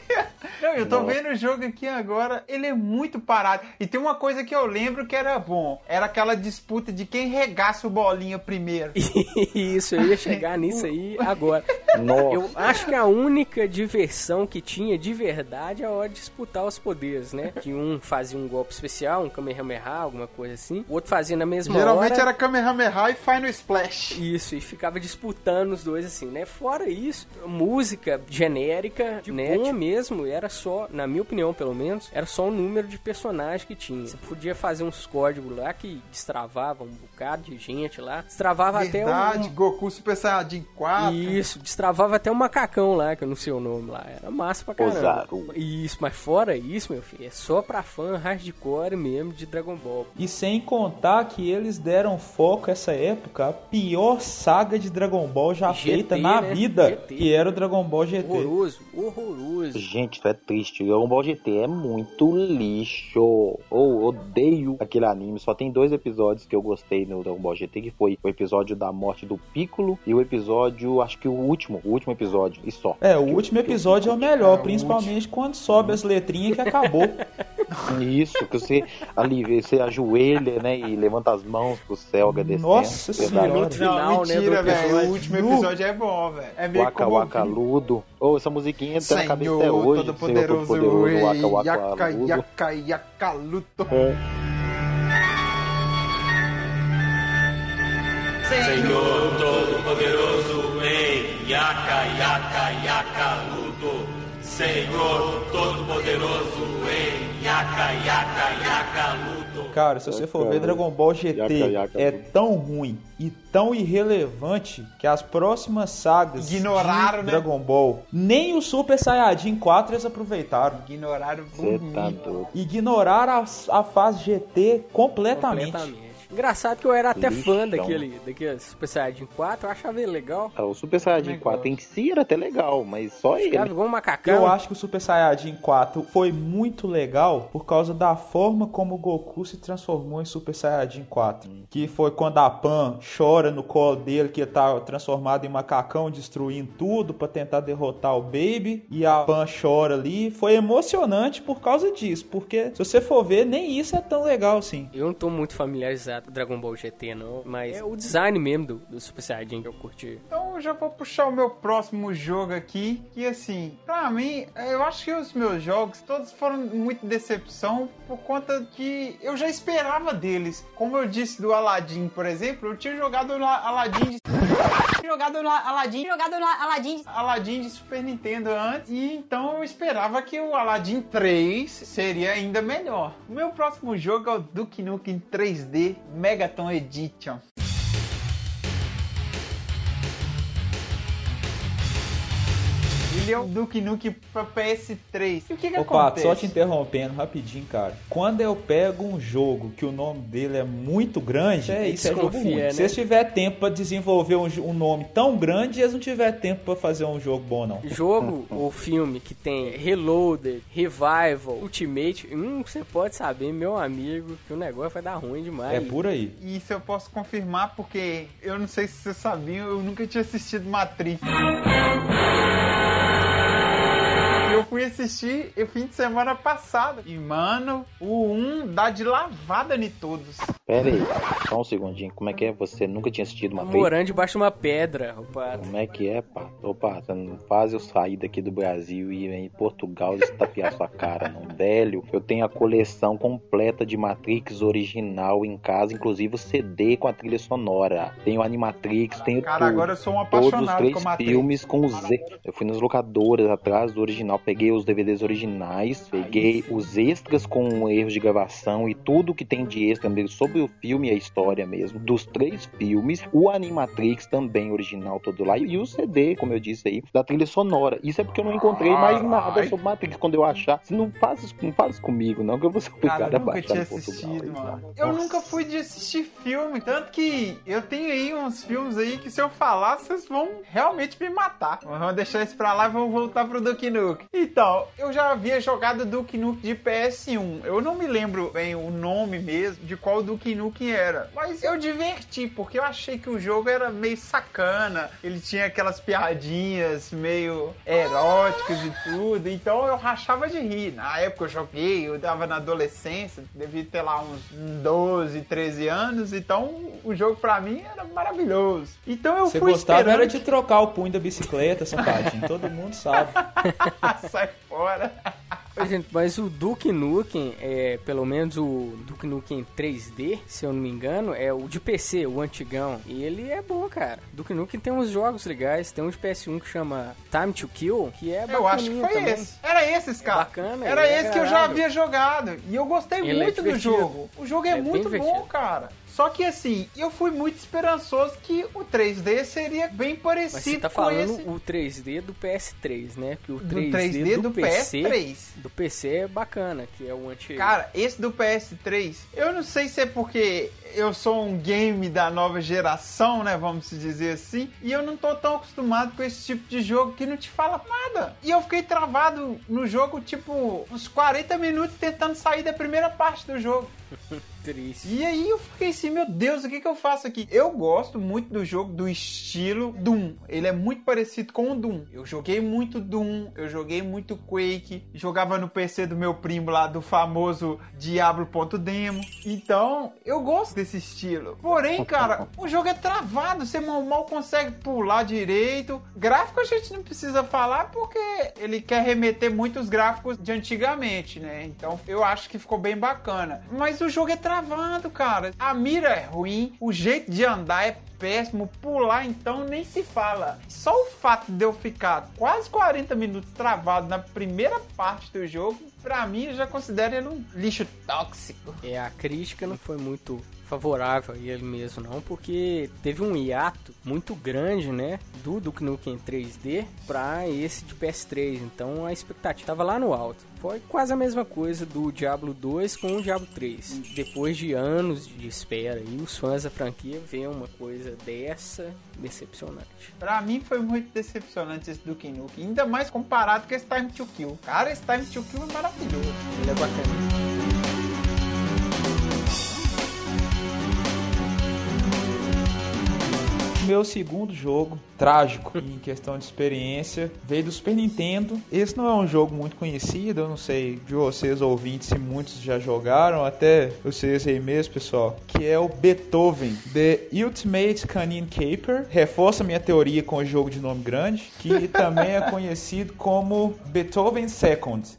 Não, eu tô Nossa. vendo o jogo aqui agora. Ele é muito parado. E tem uma coisa que eu lembro que era bom. Era aquela disputa de quem regaça o bolinha primeiro. Isso, eu ia chegar nisso aí agora. Nossa. Eu acho que a única diversão que tinha de verdade é a hora de disputar os poderes, né? Que um fazia um golpe especial, um Kamehameha, alguma coisa assim. O outro fazia na mesma Geralmente hora. era Kamehameha e Final Splash. Isso, e ficava disputando os dois assim, né? Fora isso, música genérica, de né? Boa mesmo, era só, na minha opinião pelo menos, era só o número de personagens que tinha. Você podia fazer uns códigos lá que destravavam um bocado de gente lá. Destravava Verdade, até um... Goku Super Saiyajin quatro. Isso, destravava até um macacão lá, que eu não sei o nome lá. Era massa pra caramba. Ozaru. Isso, mas fora isso, meu filho, é só pra fã hardcore mesmo de Dragon Ball. E sem contar que eles deram foco essa época a pior saga de Dragon Ball já G T, feita na né? vida, G T. que era o Dragon Ball G T. Horroroso, horroroso. Gente, isso é triste. Dragon Ball G T é muito lixo. Eu odeio aquele anime. Só tem dois episódios que eu gostei no Dragon Ball G T, que foi o episódio da morte do Piccolo e o episódio, acho que o último, o último episódio, e só. É, o Que eu- último que eu- episódio é o melhor, É, o principalmente quando sobe as letrinhas que acabou. Isso, que você ali, você ajoelha, né, e levanta as mãos pro céu, agradecendo. Nossa Verdade. senhora. Minuto final, Não, né, mentira, do velho. episódio. O último Nu. episódio é bom, velho. É meio Waka como Waka Ludo. Ô, essa musiquinha tá na cabeça até Senhor hoje. Todo-Poderoso, Senhor Todo-Poderoso, Waka Waka Yaka Ludo. Yaka Yaka Luto. Senhor Todo-Poderoso em Yaka Yaka Yaka Ludo. Senhor Todo-Poderoso em Yaka Yaka Yaka Ludo. Cara, se você for ver, Dragon Ball G T Yaka, yaka, é ludo. tão ruim e tão irrelevante que as próximas sagas Ignoraram, de né? Dragon Ball, nem o Super Saiyajin quatro eles aproveitaram. Ignoraram Você tá bonito. doido. Ignoraram a, a fase G T completamente. Completamente. Engraçado que eu era até Lixão. fã daquele, daquele Super Saiyajin quatro, eu achava ele legal. Ah, o Super Saiyajin Também quatro em gosto. si era até legal, mas só Ficava ele. igual um macacão. Eu acho que o Super Saiyajin quatro foi muito legal por causa da forma como o Goku se transformou em Super Saiyajin quatro. Que foi quando a Pan chora no colo dele, que tá transformado em macacão, destruindo tudo pra tentar derrotar o Baby. E a Pan chora ali. Foi emocionante por causa disso. Porque se você for ver, nem isso é tão legal assim. Eu não tô muito familiarizado com Dragon Ball G T, não. Mas é o design mesmo do, do Super Saiyajin que eu curti. Então eu já vou puxar o meu próximo jogo aqui. Que assim, pra mim, eu acho que os meus jogos todos foram muito decepção por conta que eu já esperava deles. Como eu disse do Aladdin, por exemplo, eu tinha jogado lá Aladdin de jogado lá Aladdin, jogado lá Aladdin, Aladdin de Super Nintendo antes, e então eu esperava que o Aladdin três seria ainda melhor. O meu próximo jogo é o Duke Nukem três D Megaton Edition. Ele vendeu o Duke Nukem pra P S três. E o que que Ô, Pato, acontece? só te interrompendo rapidinho, cara. Quando eu pego um jogo que o nome dele é muito grande, é, isso é jogo Desconfia, ruim. né? Se eles tiverem tempo pra desenvolver um, um nome tão grande, eles não tiverem tempo pra fazer um jogo bom, não. Jogo ou filme que tem Reloaded, Revival, Ultimate, hum, você pode saber, meu amigo, que o negócio vai dar ruim demais. É por aí. Isso eu posso confirmar porque eu não sei se vocês sabiam, eu nunca tinha assistido Matrix. Eu fui assistir o fim de semana passado. E, mano, o um dá de lavada em todos. Pera aí, só um segundinho. Como é que é? Você nunca tinha assistido uma Morando debaixo de uma pedra, o Pato. Como é que é, Pato? Ô, Pato, não faz eu sair daqui do Brasil e ir em Portugal e estapear sua cara, não. Velho, eu tenho a coleção completa de Matrix original em casa, inclusive o C D com a trilha sonora. Tenho Animatrix, tenho Cara, tudo. agora eu sou um Todos os apaixonado três com Matrix. filmes com os Z. Eu fui nas locadoras atrás do original, peguei os D V Ds originais, peguei os extras com erros de gravação e tudo que tem de extra mesmo sobre o filme e a história mesmo, dos três filmes, o Animatrix também original todo lá, e o C D, como eu disse aí, da trilha sonora. Isso é porque eu não encontrei mais nada sobre Matrix. Quando eu achar, você não faz isso, não faz isso comigo, não, que eu vou ser Cara, obrigado eu a nunca baixar tinha em Portugal. assistido, aí, mano. não. Eu Nossa. nunca fui de assistir filme, tanto que eu tenho aí uns filmes aí que se eu falar, vocês vão realmente me matar. Mas vamos deixar isso pra lá e vamos voltar pro Duke Nukem. Então, eu já havia jogado Duke Nukem de P S um. Eu não me lembro bem o nome mesmo de qual Duke Nukem era, mas eu diverti, porque eu achei que o jogo era meio sacana, ele tinha aquelas piadinhas meio eróticas e tudo, então eu rachava de rir. Na época eu joguei, eu tava na adolescência, devia ter lá uns doze, treze anos, então o jogo pra mim era maravilhoso. Então eu Você fui gostava esperando... era de trocar o punho da bicicleta, safadinho. Todo mundo sabe. Sai fora. Oi, gente, mas o Duke Nukem, é, pelo menos o Duke Nukem três D, se eu não me engano, é o de P C, o antigão. E ele é bom, cara. Duke Nukem tem uns jogos legais, tem um de P S um que chama Time to Kill, que é Eu acho que bacaninha foi também. esse. Era esses, cara. Bacana, Era ele é esse que eu já agradável. havia jogado. E eu gostei Ele é muito do divertido. jogo. O jogo é, É bem muito bom, divertido. cara. Só que assim, eu fui muito esperançoso que o três D seria bem parecido Mas você tá com falando esse. o três D do P S três, né? Que o Do três D, três D do, do P C, P S três. do P C é bacana, que é o antigo. Cara, esse do P S três, eu não sei se é porque eu sou um game da nova geração, né, vamos dizer assim, e eu não tô tão acostumado com esse tipo de jogo que não te fala nada. E eu fiquei travado no jogo, tipo, uns quarenta minutos tentando sair da primeira parte do jogo. Triste. E aí eu fiquei assim, meu Deus, o que que eu faço aqui? Eu gosto muito do jogo, do estilo Doom. Ele é muito parecido com o Doom. Eu joguei muito Doom, eu joguei muito Quake, jogava no P C do meu primo lá, do famoso Diablo.demo. Então, eu gosto desse estilo. Porém, cara, o jogo é travado, você mal, mal consegue pular direito. Gráfico a gente não precisa falar porque ele quer remeter muitos gráficos de antigamente, né? Então, eu acho que ficou bem bacana. Mas o jogo é travado, cara. A mira é ruim, o jeito de andar é péssimo, pular então nem se fala. Só o fato de eu ficar quase quarenta minutos travado na primeira parte do jogo, pra mim eu já considero ele um lixo tóxico. É, a crítica não foi muito favorável a ele mesmo não, porque teve um hiato muito grande, né, do Duke Nukem três D pra esse de P S três, então a expectativa tava lá no alto. Foi quase a mesma coisa do Diablo dois com o Diablo três. Depois de anos de espera, e os fãs da franquia veem uma coisa dessa decepcionante. Pra mim foi muito decepcionante esse Duke Nukem, ainda mais comparado com esse Time to Kill. Cara, esse Time to Kill é maravilhoso. Ele é bacana. Meu segundo jogo, trágico em questão de experiência, veio do Super Nintendo. Esse não é um jogo muito conhecido, eu não sei de vocês ouvintes se muitos já jogaram, até vocês aí mesmo, pessoal, que é o Beethoven The Ultimate Canine Caper. Reforça minha teoria com o jogo de nome grande, que também é conhecido como Beethoven Second.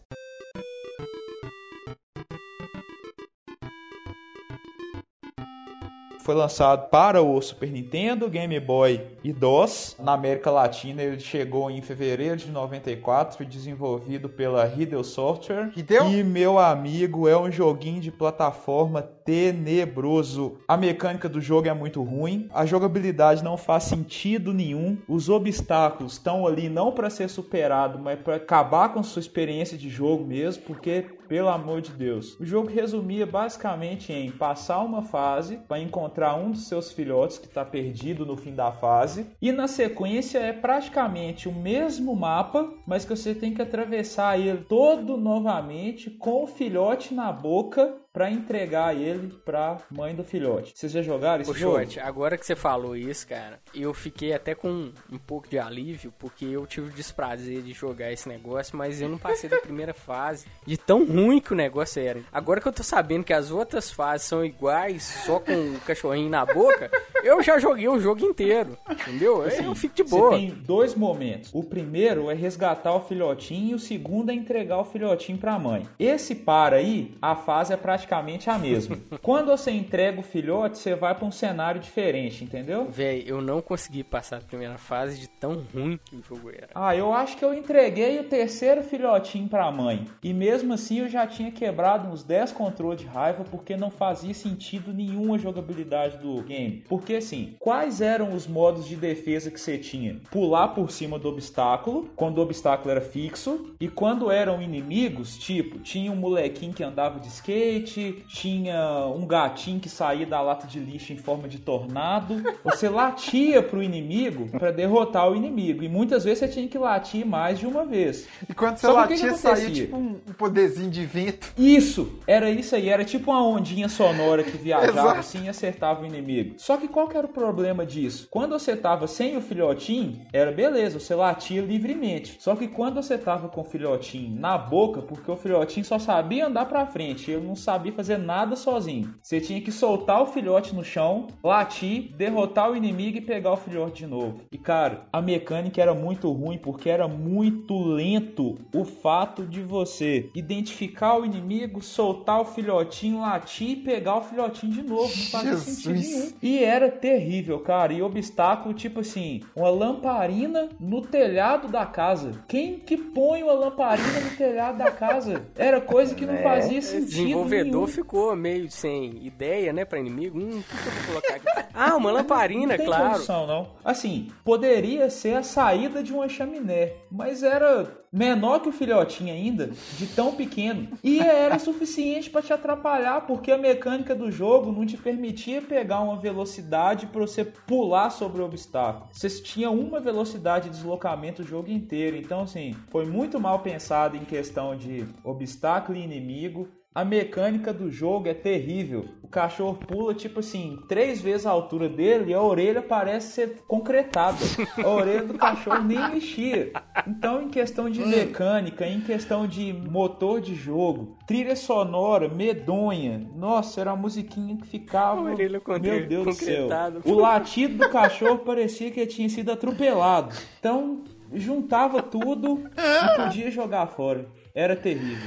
foi lançado para o Super Nintendo, Game Boy e DOS. Na América Latina ele chegou em fevereiro de noventa e quatro, foi desenvolvido pela Hideo Software. Hideo? E, meu amigo, é um joguinho de plataforma tenebroso. A mecânica do jogo é muito ruim, a jogabilidade não faz sentido nenhum, os obstáculos estão ali não para ser superado, mas para acabar com sua experiência de jogo mesmo, porque, pelo amor de Deus, o jogo resumia basicamente em passar uma fase para encontrar um dos seus filhotes que está perdido no fim da fase, e na sequência é praticamente o mesmo mapa, mas que você tem que atravessar ele todo novamente com o filhote na boca para entregar ele pra mãe do filhote. Vocês já jogaram esse Ô, jogo? Short, agora que você falou isso, cara, eu fiquei até com um, um pouco de alívio, porque eu tive o desprazer de jogar esse negócio, mas eu não passei da primeira fase, de tão ruim que o negócio era. Agora que eu tô sabendo que as outras fases são iguais, só com o cachorrinho na boca, eu já joguei o jogo inteiro, entendeu? Assim, eu fico de boa. Você tem dois momentos. O primeiro é resgatar o filhotinho e o segundo é entregar o filhotinho pra mãe. Esse par aí, a fase é praticamente praticamente a mesma. Quando você entrega o filhote, você vai pra um cenário diferente, entendeu? Véi, eu não consegui passar a primeira fase de tão ruim que o jogo era. Ah, eu acho que eu entreguei o terceiro filhotinho pra mãe. E mesmo assim eu já tinha quebrado uns dez controles de raiva, porque não fazia sentido nenhum a jogabilidade do game. Porque assim, quais eram os modos de defesa que você tinha? Pular por cima do obstáculo, quando o obstáculo era fixo. E quando eram inimigos, tipo, tinha um molequinho que andava de skate, tinha um gatinho que saía da lata de lixo em forma de tornado. Você latia pro inimigo para derrotar o inimigo. E muitas vezes você tinha que latir mais de uma vez. E quando você Só que o latia, que que saía acontecia? tipo um um poderzinho de vento. Isso, era isso aí, era tipo uma ondinha sonora que viajava Exato. assim e acertava o inimigo. Só que qual que era o problema disso? Quando você tava sem o filhotinho, era beleza, você latia livremente. Só que quando você tava com o filhotinho na boca, porque o filhotinho só sabia andar pra frente, ele não sabia fazer nada sozinho. Você tinha que soltar o filhote no chão, latir, derrotar o inimigo e pegar o filhote de novo. E cara, a mecânica era muito ruim porque era muito lento o fato de você identificar o inimigo, soltar o filhotinho, latir e pegar o filhotinho de novo. Não fazia Jesus. sentido nenhum. E era terrível, cara. E obstáculo, tipo assim, uma lamparina no telhado da casa. Quem que põe uma lamparina no telhado da casa? Era coisa que não É. fazia O sentido desenvolvedor nenhum. ficou meio sem ideia, né, pra inimigo. Hum, o que, que eu vou colocar aqui? Ah, uma lamparina, Não tem claro. condição, não. Assim, poderia ser a saída de uma chaminé, mas era menor que o filhotinho ainda, de tão pequeno. E era suficiente para te atrapalhar, porque a mecânica do jogo não te permitia pegar uma velocidade para você pular sobre o obstáculo. Você tinha uma velocidade de deslocamento o jogo inteiro. Então, assim, foi muito mal pensado em questão de obstáculo e inimigo. A mecânica do jogo é terrível. O cachorro pula, tipo assim, três vezes a altura dele e a orelha parece ser concretada. A orelha do cachorro nem mexia. Então, em questão de mecânica, em questão de motor de jogo, trilha sonora medonha. Nossa, era uma musiquinha que ficava... A orelha concre- Meu Deus do céu. concretada. O latido do cachorro parecia que tinha sido atropelado. Então, juntava tudo e podia jogar fora. Era terrível.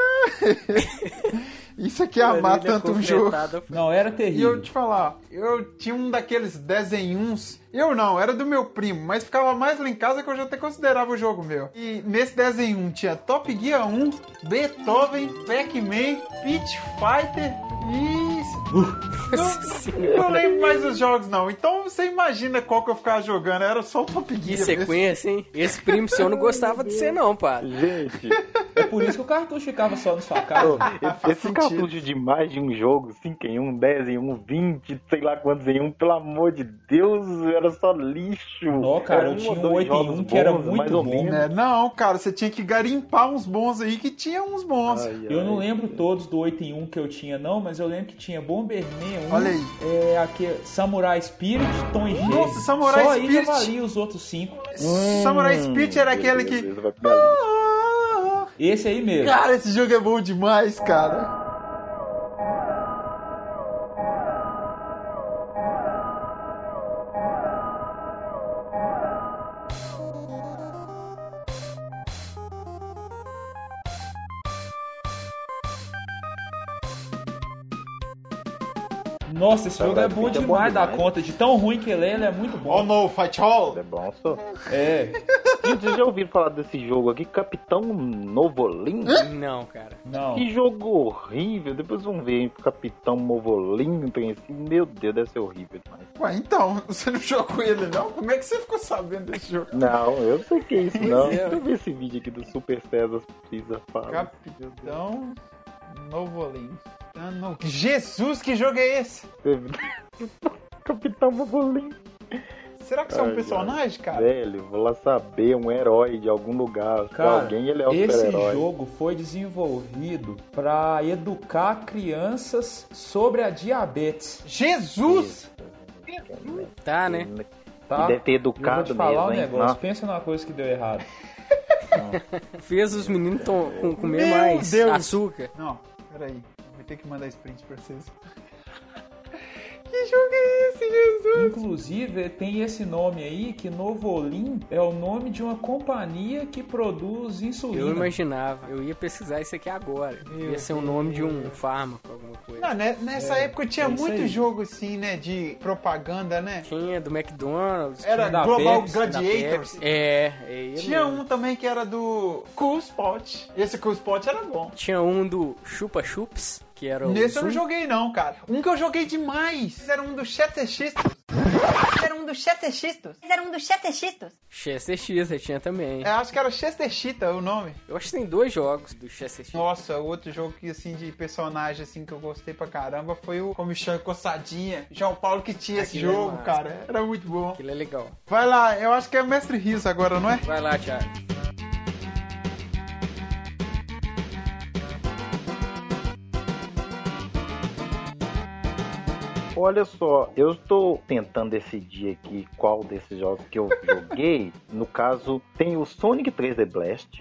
Isso aqui é amar Orelha tanto um jogo. concretada. Não, era E eu terrível. te falar, eu tinha um daqueles desenhos. Eu não, era do meu primo, mas ficava mais lá em casa que eu já até considerava o jogo meu. E nesse desenho tinha Top Gear um, Beethoven, Pac-Man, Pit Fighter e. Não, não lembro mais os jogos, não. Então você imagina qual que eu ficava jogando. Era só o Top Gear. Que mesmo. sequência, hein? Esse primo seu não gostava de você, não, pá. Gente, É por isso que o cartucho ficava só na sua cara. ô, esse, esse cartucho de mais de um jogo, cinco em um, dez em um, vinte, sei lá quantos em um, pelo amor de Deus, era só lixo. Não, cara, Era eu um tinha ou um dois oito em jogos um que era bons, muito mais ou bom. menos. É, não, cara, você tinha que garimpar uns bons aí que tinha uns bons. Ai, Eu não ai. lembro todos do oito em um que eu tinha, não, mas eu lembro que tinha Bomberman um, Olha aí. é, aqui, Samurai Spirit, Tom e Jerry. Nossa, Samurai Só aí Spirit. já valia os outros cinco. Samurai Spirit era aquele que. Beleza, vai pra minha lista. Esse aí mesmo. Cara, esse jogo é bom demais, cara. Nossa, esse jogo é bom demais da conta. De tão ruim que ele é, ele é muito bom. Oh no, fight all! É bom, só. É. Gente, vocês já ouviram falar desse jogo aqui, Capitão Novolin? Não, cara. Não. Que jogo horrível. Depois vão ver, hein, Capitão Novolin, tem assim. Meu Deus, deve ser horrível demais. Ué, então, você não jogou ele não? Como é que você ficou sabendo desse jogo? Não, eu não sei o que é isso, Pois não. é. Deixa eu ver esse vídeo aqui do Super César Pisa fala. Capitão Novolin. Ah, não. Jesus, que jogo é esse? Capitão Novolin. Será que você é um Ai, personagem, cara? Velho, vou lá saber, um herói de algum lugar. Cara, alguém ele é o esse super-herói. jogo foi desenvolvido para educar crianças sobre a diabetes. Jesus! Tá, né? Tá? E deve ter Eu vou educado te falar mesmo, um hein? negócio. Nossa. Pensa numa coisa que deu errado. Fez os meninos tom- com- comer Meu mais Deus. açúcar. Não, peraí. Vou ter que mandar sprint pra vocês. Que jogo é esse, Jesus? Inclusive, tem esse nome aí, que Novolin é o nome de uma companhia que produz insulina. Eu imaginava. Eu ia pesquisar isso aqui agora. Meu ia ser o nome de um fármaco, alguma coisa. Não, né, nessa É, época tinha é isso muito aí. jogo assim, né? De propaganda, né? Tinha do McDonald's. Era da Global Pepsi, da Gladiators. Pepsi. É, é ele Tinha mesmo. um também que era do Cool Spot. Esse Cool Spot era bom. Tinha um do Chupa Chups, que era o Nesse eu não Zoom. joguei não, cara. Um que eu joguei demais era um do Chester Xistos. Era um do Chester Xistos. Era um dos Chester Chester X, aí tinha também. Eu acho que era Chester Cheetah o nome. Eu acho que tem dois jogos do Chester X. Nossa, outro jogo que, assim, de personagem assim que eu gostei pra caramba foi o Comichão e Coçadinha. João Paulo que tinha esse Aquilo é jogo, massa. cara. Era muito bom. Aquilo é legal. Vai lá, eu acho que é Mestre Riso agora, não é? Vai lá, Thiago. Olha só, eu estou tentando decidir aqui qual desses jogos que eu joguei. No caso, tem o Sonic três D Blast.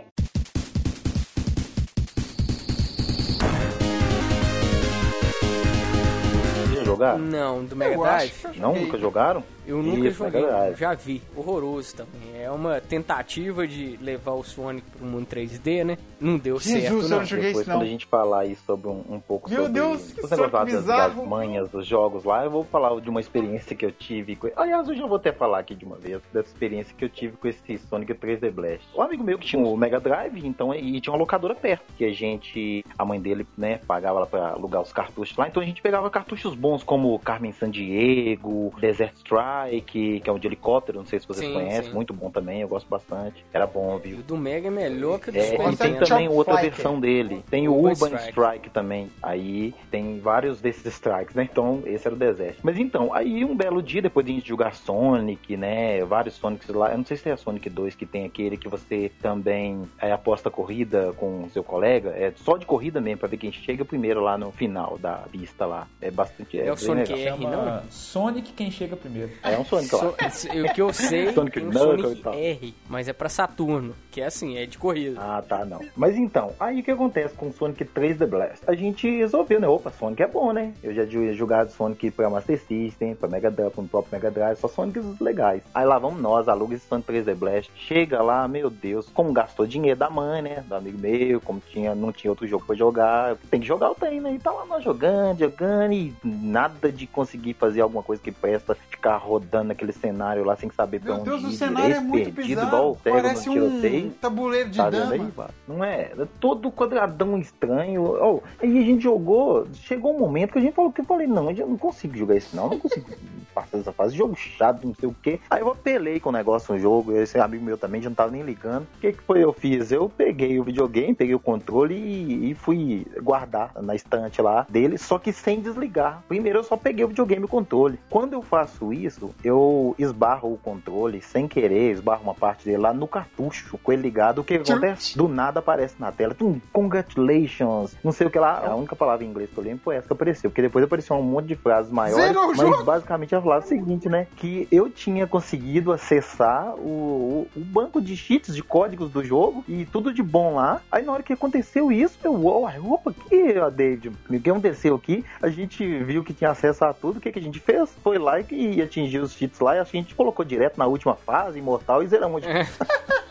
Já jogaram? Não, do Mega Eu Drive? acho que eu Não? joguei. Nunca jogaram? Eu nunca Isso, joguei, Mega Drive. já vi. Horroroso também. É uma tentativa de levar o Sonic pro mundo três D, né? Não deu Jesus, certo, eu não. não joguei Depois, isso não. quando a gente falar aí sobre um, um pouco Meu sobre Deus, os que negócios lá Sonic das, bizarro. das manhas dos jogos lá, eu vou falar de uma experiência que eu tive. Com... Aliás, hoje eu vou até falar aqui de uma vez dessa experiência que eu tive com esse Sonic três D Blast. Um amigo meu que tinha o Mega Drive, então, e tinha uma locadora perto, que a gente, a mãe dele, né, pagava lá pra alugar os cartuchos lá, então a gente pegava cartuchos bons como Carmen Sandiego, Desert Strike, que é um de helicóptero, não sei se vocês Sim, conhecem, sim. muito bom também, eu gosto bastante. Era bom, E viu? o do Mega é melhor que o do É, Super e tem Nintendo. também Chop outra Strike. versão dele. Tem o Urban Urban Strike. Strike. também. Aí tem vários desses strikes, né? Então, esse era o Desert. Mas então, aí um belo dia, depois de a gente jogar Sonic, né? Vários Sonics lá. Eu não sei se é a Sonic dois que tem aquele que você também é, aposta corrida com o seu colega. É só de corrida mesmo, pra ver quem chega primeiro lá no final da pista lá. É bastante... É o bem Sonic legal. R, Chama não? Sonic quem chega primeiro. É um Sonic lá. So- o que eu sei Sonic tem o Knuckles e Sonic tal. R, mas é pra Saturno, que é assim, é de corrida. Ah, tá, não. Mas então, aí o que acontece com o Sonic três D Blast? A gente resolveu, né? Opa, Sonic é bom, né? Eu já tinha jogado Sonic pra Master System, pra Mega Drive, pro próprio Mega Drive, só Sonics legais. Aí lá vamos nós, aluga esse Sonic três D Blast. Chega lá, meu Deus, como gastou dinheiro da mãe, né? Do amigo meu, como tinha, não tinha outro jogo pra jogar, tem que jogar o trem, né? E tá lá nós jogando, jogando e nada de conseguir fazer alguma coisa que presta, ficar rodando aquele cenário lá sem saber pra Meu onde Deus, ir, o cenário é direito, muito perdido, bizarro. igual o cego Parece no tiroteio. um tabuleiro de Tá vendo aí, dama. Vá? Não é? É todo quadradão estranho. Oh, aí a gente jogou, chegou um momento que a gente falou que eu falei, não, eu não consigo jogar isso não, não consigo passar essa fase, jogo chato, não sei o que. Aí eu apelei com o negócio no jogo, esse amigo meu também já não tava nem ligando. O que que foi eu fiz? Eu peguei o videogame, peguei o controle e, e fui guardar na estante lá dele, só que sem desligar. Primeiro eu só peguei o videogame e o controle. Quando eu faço isso, eu esbarro o controle sem querer, esbarro uma parte dele lá no cartucho, com ele ligado. O que acontece? Do nada aparece na tela, tum, congratulations, não sei o que lá. A única palavra em inglês que eu lembro foi essa que apareceu, porque depois apareceu um monte de frases maiores, Zerou o mas jogo? basicamente ela falava o seguinte, né, que eu tinha conseguido acessar o, o, o banco de cheats, de códigos do jogo, e tudo de bom lá. Aí na hora que aconteceu isso, eu, uai, opa, que, David, o que aconteceu aqui? A gente viu que tinha acesso a tudo, o que, que a gente fez? Foi lá e atingiu os cheats lá, e a gente colocou direto na última fase, imortal, e zeramos.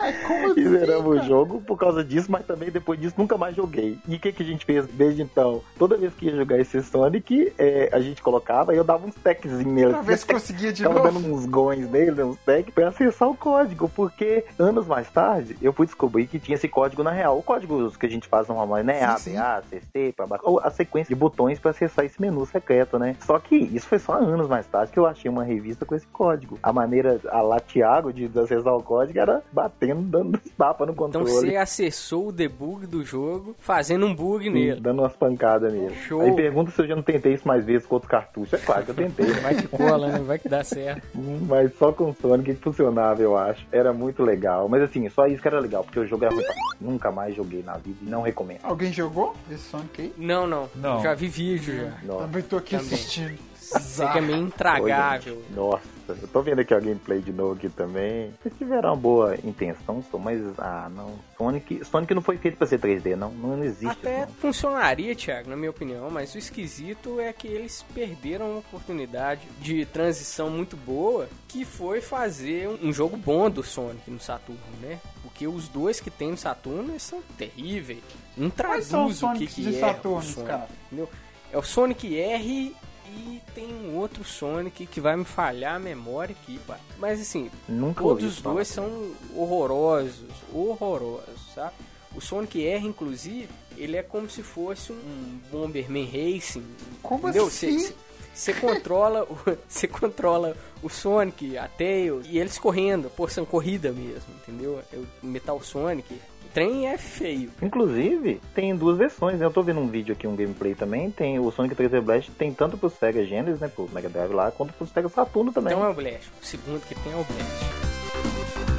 Como assim, E zeramos cara? o jogo por causa disso, mas também depois disso nunca mais joguei. E o que, que a gente fez desde então? Toda vez que ia jogar esse Sonic, é, a gente colocava e eu dava uns techzinhos nele. Pra ver se conseguia de Ficava novo. dando uns gões nele, uns tech, pra acessar o código. Porque anos mais tarde, eu fui descobrir que tinha esse código na real. O código que a gente faz normalmente, né? A, Sim, B, sim. A, C, C, pra baixo. Ou a sequência de botões pra acessar esse menu secreto, né? Só que isso foi só anos mais tarde que eu achei uma revista com esse código. A maneira, a lá Thiago, de acessar o código era batendo, dando tapa no Então controle. você acessou o debug do jogo fazendo um bug nele. Dando umas pancadas nele. Show. Aí pergunta se eu já não tentei isso mais vezes com outros cartuchos. É claro que eu tentei, né? Vai que cola, né? Vai que dá certo. Mas só com o Sonic que funcionava, eu acho. Era muito legal. Mas assim, só isso que era legal, porque o jogo era ruim. Nunca mais joguei na vida e não recomendo. Alguém jogou esse Sonic aí? Não, não. Não. Já vi vídeo já. Nossa. Também tô aqui Também. assistindo. Sei que é meio intragável. Nossa, eu tô vendo aqui a gameplay de novo aqui também. Eles tiveram uma boa intenção, só, mas ah, não. Sonic, Sonic não foi feito pra ser três D, não. Não existe. Até não. funcionaria, Thiago, na minha opinião, mas o esquisito é que eles perderam uma oportunidade de transição muito boa, que foi fazer um, um jogo bom do Sonic no Saturno, né? Porque os dois que tem no Saturno eles são terríveis. Não Quais são os traduz o que, Sonics que de é Saturno, o Sonic, cara? entendeu? É o Sonic R e tem um outro Sonic que vai me falhar a memória aqui, pá. Mas assim, Nunca ouvi todos os falar. dois são horrorosos, horrorosos, sabe? O Sonic R, inclusive, ele é como se fosse um Bomberman Racing. Como entendeu? assim? Você controla, o- você controla o Sonic, a Tails, e eles correndo. Pô, são corrida mesmo, entendeu? É o Metal Sonic. O trem é feio. Inclusive, tem duas versões, né? Eu tô vendo um vídeo aqui, um gameplay também. Tem o Sonic três D Blast, tem tanto pro Sega Genesis, né? Pro Mega Drive lá, quanto pro Sega Saturno também. Então é o Blast. O segundo que tem é o Blast.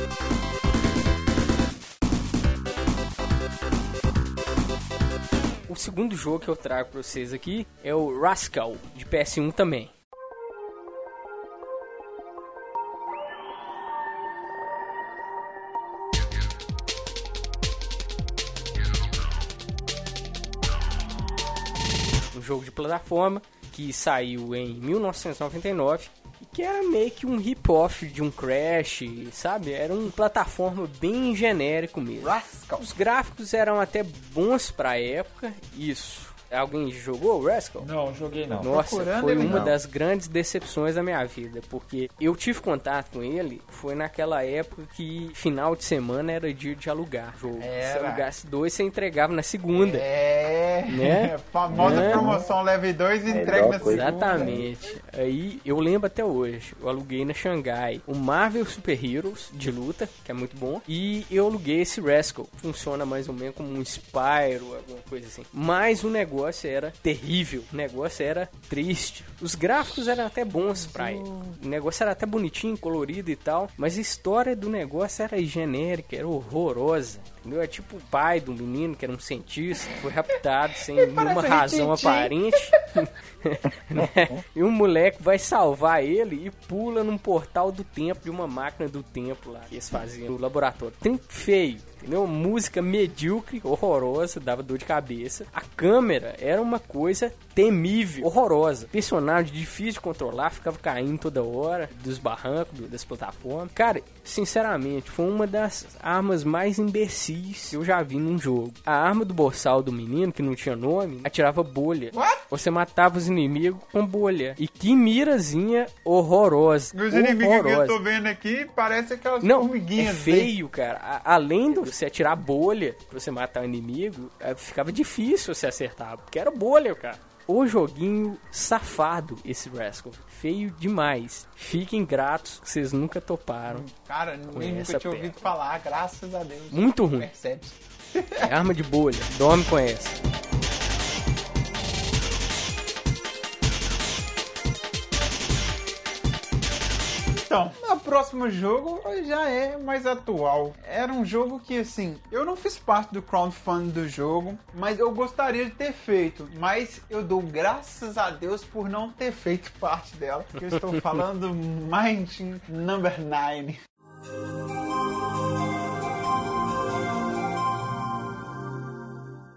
O segundo jogo que eu trago pra vocês aqui é o Rascal, de P S um também. Um jogo de plataforma que saiu em mil novecentos e noventa e nove e que era meio que um rip-off de um Crash, sabe? Era um plataforma bem genérico mesmo. Rascal. Os gráficos eram até bons pra época, isso. Alguém jogou o Rascal? Não, joguei não. Nossa, procurando foi ele uma não. das grandes decepções da minha vida, porque eu tive contato com ele, foi naquela época que final de semana era dia de alugar jogo. Era. Se alugasse dois, você entregava na segunda. É, Né? famosa Né? promoção leve dois e Melhor entrega na coisa. segunda. Exatamente. Aí eu lembro até hoje. Eu aluguei na Xangai o Marvel Super Heroes de luta, que é muito bom. E eu aluguei esse Rascal. Funciona mais ou menos como um Spyro, alguma coisa assim. Mas o negócio era terrível. O negócio era triste. Os gráficos eram até bons pra época. O negócio era até bonitinho, colorido e tal. Mas a história do negócio era genérica, era horrorosa. Entendeu? É tipo o pai do menino, que era um cientista, foi raptado sem nenhuma parece razão Rintintim. aparente. Né? E um moleque vai salvar ele e pula num portal do tempo, de uma máquina do tempo lá, que eles faziam no laboratório. Tem feio, entendeu? Música medíocre, horrorosa, dava dor de cabeça. A câmera era uma coisa temível, horrorosa. Personagem difícil de controlar, ficava caindo toda hora dos barrancos, das plataformas. Cara, sinceramente, foi uma das armas mais imbecis que eu já vi num jogo. A arma do boçal do menino, que não tinha nome, atirava bolha. What? Você matava os inimigos com bolha. E que mirazinha horrorosa. Os inimigos que eu horrorosa. tô vendo aqui parece aquelas Não, é formiguinhas. né? feio, cara. A- além de você atirar bolha pra você matar o inimigo, eh, ficava difícil você acertar, porque era bolha, cara. O joguinho safado, esse Rascal. Feio demais. Fiquem gratos que vocês nunca toparam. Cara, nem nunca essa tinha ouvido perna. falar, graças a Deus. Muito ruim. Percebe? É arma de bolha. Dorme com essa. Então, o próximo jogo já é mais atual. Era um jogo que, assim, eu não fiz parte do crowdfunding do jogo, mas eu gostaria de ter feito. Mas eu dou graças a Deus por não ter feito parte dela. Que eu estou falando do Mighty Number nove.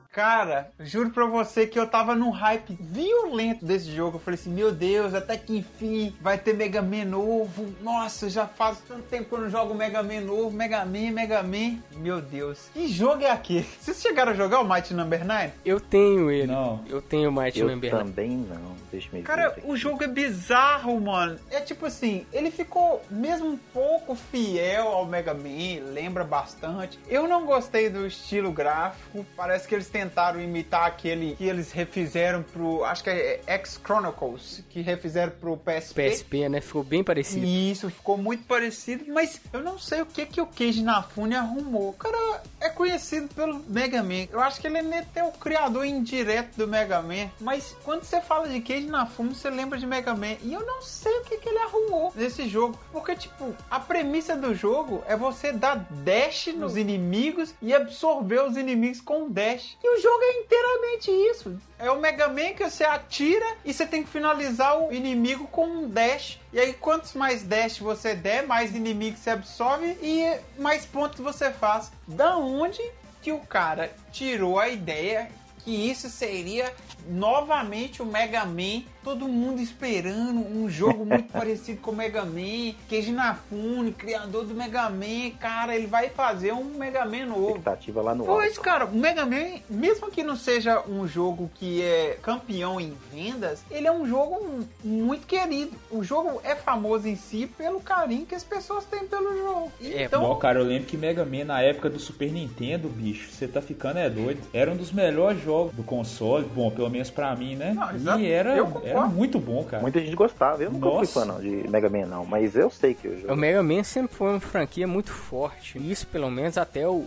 Cara, juro pra você que eu tava num hype violento desse jogo. Eu falei assim, meu Deus, até que enfim vai ter Mega Man novo. Nossa, já faz tanto tempo que eu não jogo Mega Man novo. Mega Man, Mega Man. Meu Deus, que jogo é aquele? Vocês chegaram a jogar o Mighty Number nove? Eu tenho ele. Não. Eu tenho o Mighty Eu Number nove. também não. Deixa eu me ver Cara, aqui. o jogo é bizarro, mano. É tipo assim, ele ficou mesmo um pouco fiel ao Mega Man, lembra bastante. Eu não gostei do estilo gráfico. Parece que eles tentaram imitar aquele que eles refizeram pro... Acho que é X Chronicles, que refizeram pro P S P. P S P, né? Ficou bem parecido. E isso, ficou muito parecido, mas eu não sei o que que o Keiji Inafune arrumou. O cara é conhecido pelo Mega Man. Eu acho que ele é até o criador indireto do Mega Man, mas quando você fala de Keiji Inafune, você lembra de Mega Man. E eu não sei o que que ele arrumou nesse jogo, porque tipo, a premissa do jogo é você dar dash nos inimigos e absorver os inimigos com dash. E o jogo é inteiramente isso. É o Mega Man que você atira e você tem que finalizar o inimigo com um dash. E aí, quantos mais dash você der, mais inimigos você absorve e mais pontos você faz. Da onde que o cara tirou a ideia que isso seria novamente o Mega Man? Todo mundo esperando um jogo muito parecido com o Mega Man. Keiji Inafune, criador do Mega Man, cara, ele vai fazer um Mega Man novo. Expectativa lá no Pois, alto. cara, o Mega Man, mesmo que não seja um jogo que é campeão em vendas, ele é um jogo muito querido. O jogo é famoso em si pelo carinho que as pessoas têm pelo jogo. É, Então, Ó, cara, eu lembro que Mega Man na época do Super Nintendo, bicho, você tá ficando é doido. Era um dos melhores jogos do console, bom, pelo menos pra mim, né? Não, exato. E era, Eu concordo. era muito bom, cara. Muita gente gostava. Eu nunca fui Nossa. fã não, de Mega Man não, mas eu sei que o jogo... O Mega Man sempre foi uma franquia muito forte. Isso, pelo menos, até o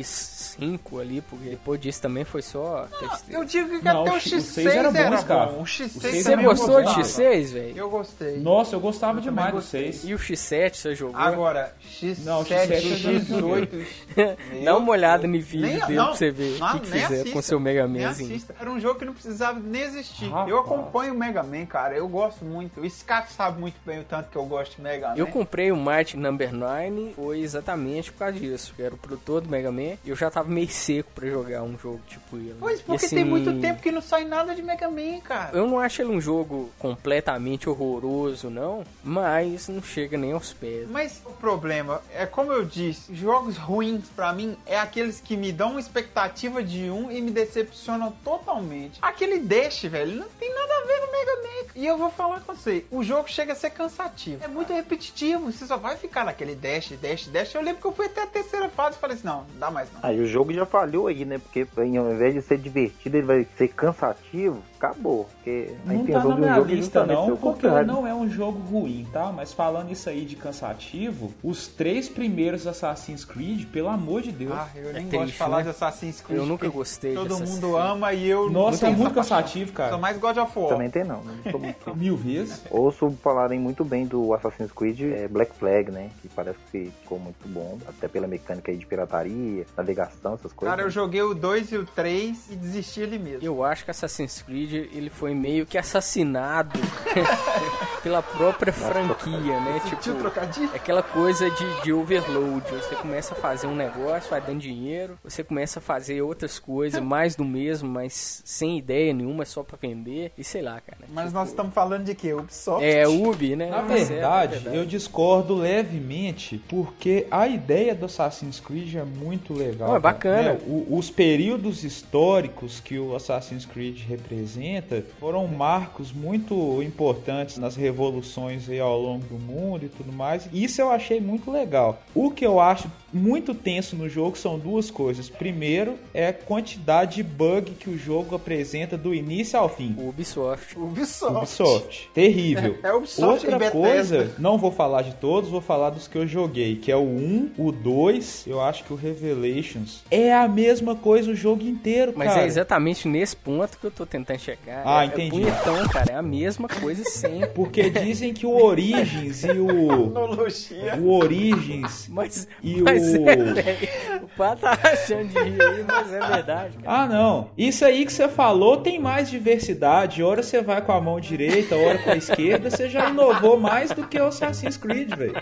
X cinco ali, porque depois disso também foi só... tristeza. eu digo que Não, até o o X- X o seis seis era era, bom, cara. bom. O X O seis seis Você também eu gostou de gostava. X seis, velho? Eu gostei. Nossa, eu gostava Eu demais do também seis. E o X sete você jogou? Agora, X sete, Não, o X sete eu já X oito... Dá uma olhada no vídeo Nem- dele não, pra você ver não, o que, que nem fizeram assista, com seu Mega nem Manzinho. assista. Era um jogo que não precisava nem existir. Rapaz. Eu acompanho o Mega Man, cara. Eu gosto muito. O Scat sabe muito bem o tanto que eu gosto de Mega Man. Eu comprei o Mighty Number nove foi exatamente por causa disso. Eu era o produtor do Mega Man e eu já tava meio seco pra jogar um jogo tipo ele. Pois, E, porque assim, tem muito tempo que não sai nada de Mega Man, cara. Eu não acho ele um jogo completamente horroroso, não, mas não chega nem aos pés. Mas o problema é, como eu disse, jogos ruins pra mim é aqueles que me dão uma expectativa de um e me decepcionam totalmente. Aquele Dash, velho, não tem nada a ver com Mega Man. E eu vou falar com você, o jogo chega a ser cansativo. É muito repetitivo, você só vai ficar naquele Dash, Dash, Dash. Eu lembro que eu fui até a terceira fase e falei assim, não, não dá mais não. Aí o jogo já falhou aí, né? Porque ao invés de ser divertido, ele vai ser cansativo. Acabou. Porque a Não tá intenção na do minha jogo é lista justamente ser não, o porque contrário. não é um jogo ruim, tá? Mas falando isso aí de cansativo, os três primeiros Assassin's Creed, pelo amor de Deus. Ah, eu nem triste, gosto de falar né? de Assassin's Creed. Eu nunca porque gostei de Todo Assassin's mundo Creed. ama e eu Nossa, é tenho muito essa paixão. cansativo, cara. Sou mais God of War. Também tem não. Não sou muito... Mil vezes. Ouço falarem muito bem do Assassin's Creed é, Black Flag, né? Que parece que ficou muito bom. Até pela mecânica aí de pirataria, navegação, essas coisas. Cara, eu né? joguei o dois e o três e desisti ali mesmo. Eu acho que Assassin's Creed ele foi meio que assassinado pela própria franquia, né? Sentiu o Tipo, trocadilho? aquela coisa de, de overload. Você começa a fazer um negócio, vai dando dinheiro, você começa a fazer outras coisas, mais do mesmo, mas sem ideia nenhuma, só pra vender, e sei lá, cara. Mas Tipo, nós estamos falando de quê? Ubisoft? É, Ubi, né? Na Tá certo, verdade, é verdade. eu discordo levemente, porque a ideia do Assassin's Creed é muito legal. Não, é bacana. né? O- os períodos históricos que o Assassin's Creed representa foram marcos muito importantes nas revoluções aí ao longo do mundo e tudo mais. Isso eu achei muito legal. O que eu acho muito tenso no jogo são duas coisas. Primeiro, é a quantidade de bug que o jogo apresenta do início ao fim. Ubisoft. Ubisoft. Ubisoft. Terrível. É, é Ubisoft e Outra Bethesda. coisa, não vou falar de todos, vou falar dos que eu joguei, que é o um, o dois, eu acho que o Revelations. É a mesma coisa o jogo inteiro, Mas cara. é exatamente nesse ponto que eu tô tentando chegar. Ah, é, entendi. É punhetão, cara. É a mesma coisa sempre. Porque dizem que o Origins e o... Tecnologia. O Origins Mas, e mas o... é, velho. O Pato tá achando de rir aí, mas é verdade, cara. Ah, não. Isso aí que você falou tem mais diversidade. Ora você vai com a mão direita, ora com a esquerda. Você já inovou mais do que o Assassin's Creed, velho.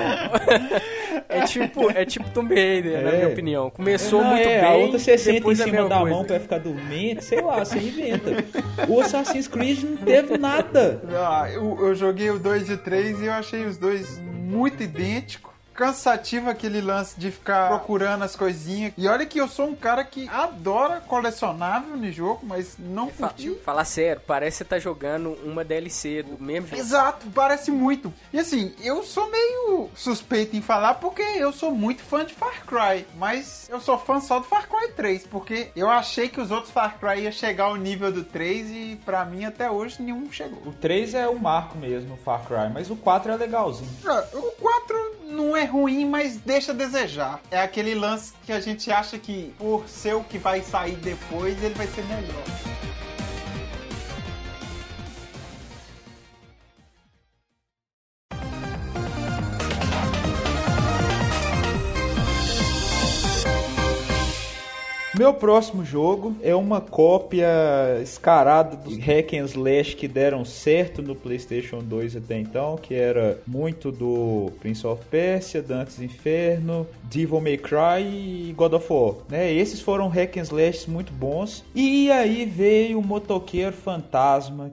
É tipo, é tipo Tomb Raider, É. na minha opinião. Começou Não, muito é, bem, a outra você senta em depois a cima mesma da coisa. mão pra ficar dormente. Sei lá, você inventa. O Assassin's Creed não teve nada. Ah, eu, eu joguei o dois e o três e eu achei os dois muito idênticos. Cansativo aquele lance de ficar procurando as coisinhas. E olha que eu sou um cara que adora colecionável no jogo, mas não Fa- curti. Falar sério, parece que você tá jogando uma D L C do mesmo jogo. Exato, parece muito. E assim, eu sou meio suspeito em falar porque eu sou muito fã de Far Cry. Mas eu sou fã só do Far Cry três, porque eu achei que os outros Far Cry iam chegar ao nível do três e pra mim até hoje nenhum chegou. O três é o marco mesmo, o Far Cry. Mas o quatro é legalzinho. Ah, O quatro não é ruim, mas deixa a desejar. É aquele lance que a gente acha que por ser o que vai sair depois, ele vai ser melhor. Meu próximo jogo é uma cópia escarada dos hack and slash que deram certo no PlayStation dois até então, que era muito do Prince of Persia, Dante's Inferno, Devil May Cry e God of War, né? Esses foram hack and slash muito bons. E aí veio o Motoqueiro Fantasma.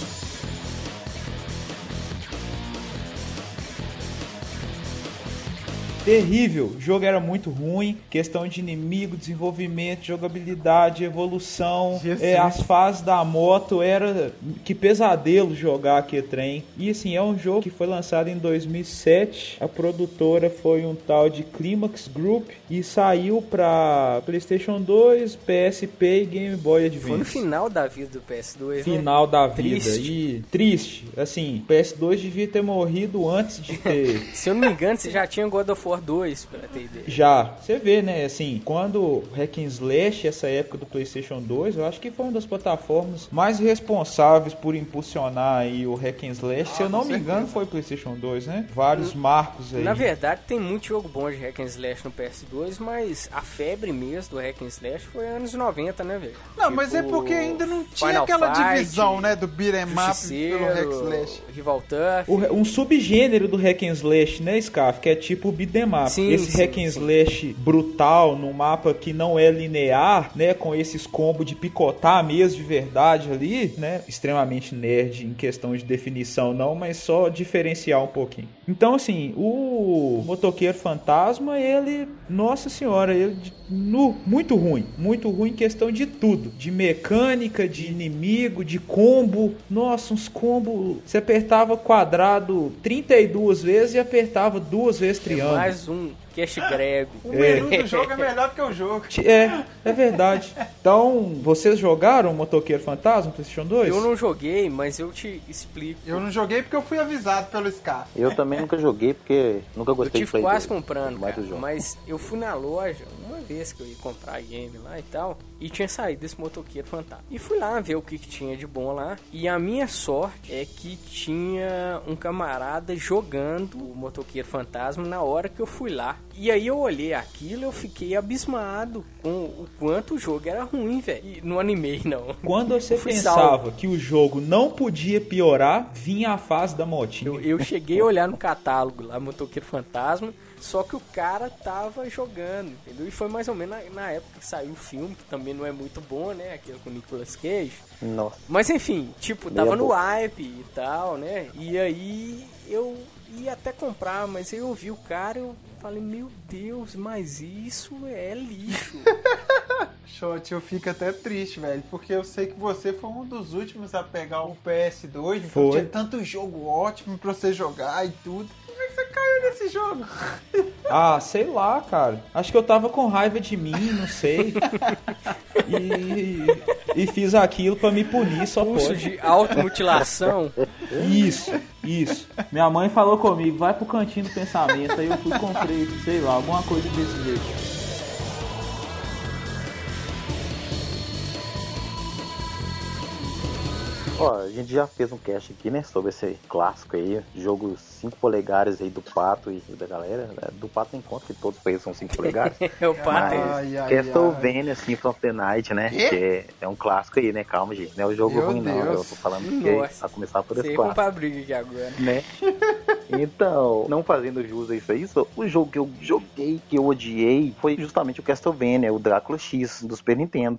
Terrível, o jogo era muito ruim, questão de inimigo, desenvolvimento, jogabilidade, evolução, é, as fases da moto, era que pesadelo jogar aquele trem. E assim, é um jogo que foi lançado em dois mil e sete, a produtora foi um tal de Climax Group e saiu pra PlayStation dois, P S P e Game Boy Advance. Foi no final da vida do P S dois, né? Final da vida. Triste. E triste, assim, o P S dois devia ter morrido antes de ter... Se eu não me engano, você já tinha God of War dois, pra ter ideia. Já, você vê, né, assim, quando Hack and Slash, essa época do PlayStation dois, eu acho que foi uma das plataformas mais responsáveis por impulsionar aí o Hack and Slash. Se eu não me engano, foi o PlayStation dois, né? Vários marcos aí. Na verdade, tem muito jogo bom de Hack and Slash no P S dois, mas a febre mesmo do Hack and Slash foi anos noventa, né, velho? Não, mas é porque ainda não tinha Final aquela Fight, divisão, né, do beat'em up Justiceiro, pelo hack slash. Rival Tough. O- um subgênero do Hack and Slash, né, Scarf? Que é tipo o beat'em up. Sim, Esse sim, Hack and sim. Slash brutal, num mapa que não é linear, né, com esses combos de picotar mesmo de verdade ali, né, extremamente nerd em questão de definição não, mas só diferenciar um pouquinho. Então, assim, o Motoqueiro Fantasma, ele, nossa senhora, ele no, muito ruim, muito ruim em questão de tudo, de mecânica, de inimigo, de combo. Nossa, uns combos, você apertava quadrado trinta e duas vezes e apertava duas vezes triângulo. Mais um cash grab. O menu do jogo é melhor que o jogo. É, é verdade. Então, vocês jogaram Motoqueiro Fantasma no PlayStation dois? Eu não joguei, mas eu te explico. Eu não joguei porque eu fui avisado pelo Scar. Eu também nunca joguei porque nunca Eu gostei de tive Play quase dois. comprando, Mais cara, do jogo. mas eu fui na loja uma vez que eu ia comprar game lá e tal, e tinha saído desse Motoqueiro Fantasma. E fui lá ver o que, que tinha de bom lá, e a minha sorte é que tinha um camarada jogando o Motoqueiro Fantasma na hora que eu fui lá. E aí eu olhei aquilo e eu fiquei abismado com o quanto o jogo era ruim, velho. E não animei, não. Quando você Eu fui pensava salvo. que o jogo não podia piorar, vinha a fase da motinha. Eu, eu cheguei a olhar no catálogo lá, Motoqueiro Fantasma, só que o cara tava jogando, entendeu? E foi mais ou menos na, na época que saiu o filme, que também não é muito bom, né? Aquele com o Nicolas Cage. Nossa. Mas enfim, tipo, Meia tava no boca. hype e tal, né? E aí eu ia até comprar, mas aí eu vi o cara e eu falei, meu Deus, mas isso é lixo. Shot, eu fico até triste, velho, porque eu sei que você foi um dos últimos a pegar o P S dois, então Foi. tinha tanto jogo ótimo pra você jogar e tudo. Como é que você caiu nesse jogo? Ah, sei lá, cara. Acho que eu tava com raiva de mim, não sei. E, e fiz aquilo pra me punir, só Curso pode. de automutilação. Isso, isso. Minha mãe falou comigo, vai pro cantinho do pensamento. Aí eu fui e comprei, sei lá, alguma coisa desse jeito. Ó, a gente já fez um cast aqui, né, sobre esse clássico aí, jogo cinco polegares aí do Pato e da galera. Do Pato nem conta que todos os países são cinco polegares. É o Pato. Ai, ai, Castlevania Symphony of the Night, né, Quê? que é, é um clássico aí, né, calma, gente, não é um jogo Meu ruim não, Deus. eu tô falando porque Nossa. a começar por esse Sei clássico, comprar briga aqui agora. né. Então, não fazendo jus a isso aí, só, o jogo que eu joguei, que eu odiei, foi justamente o Castlevania, o Drácula X, do Super Nintendo.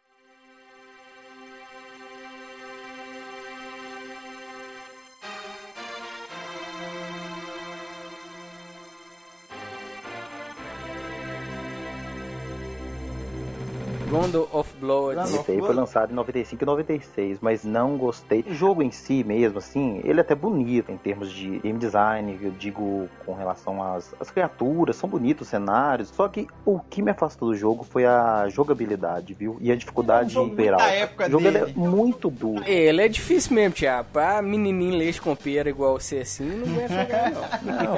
Rondo of Blood. Rondo Esse aí foi lançado em noventa e cinco e noventa e seis, mas não gostei. O jogo em si mesmo, assim, ele é até bonito em termos de game design, eu digo com relação às, às criaturas, são bonitos os cenários, só que o que me afastou do jogo foi a jogabilidade, viu? E a dificuldade É um jogo muito geral. da época O jogo ele dele. é muito duro. É, ele é difícil mesmo, Thiago. Pra menininho leite com pera igual você assim, não é jogar, não.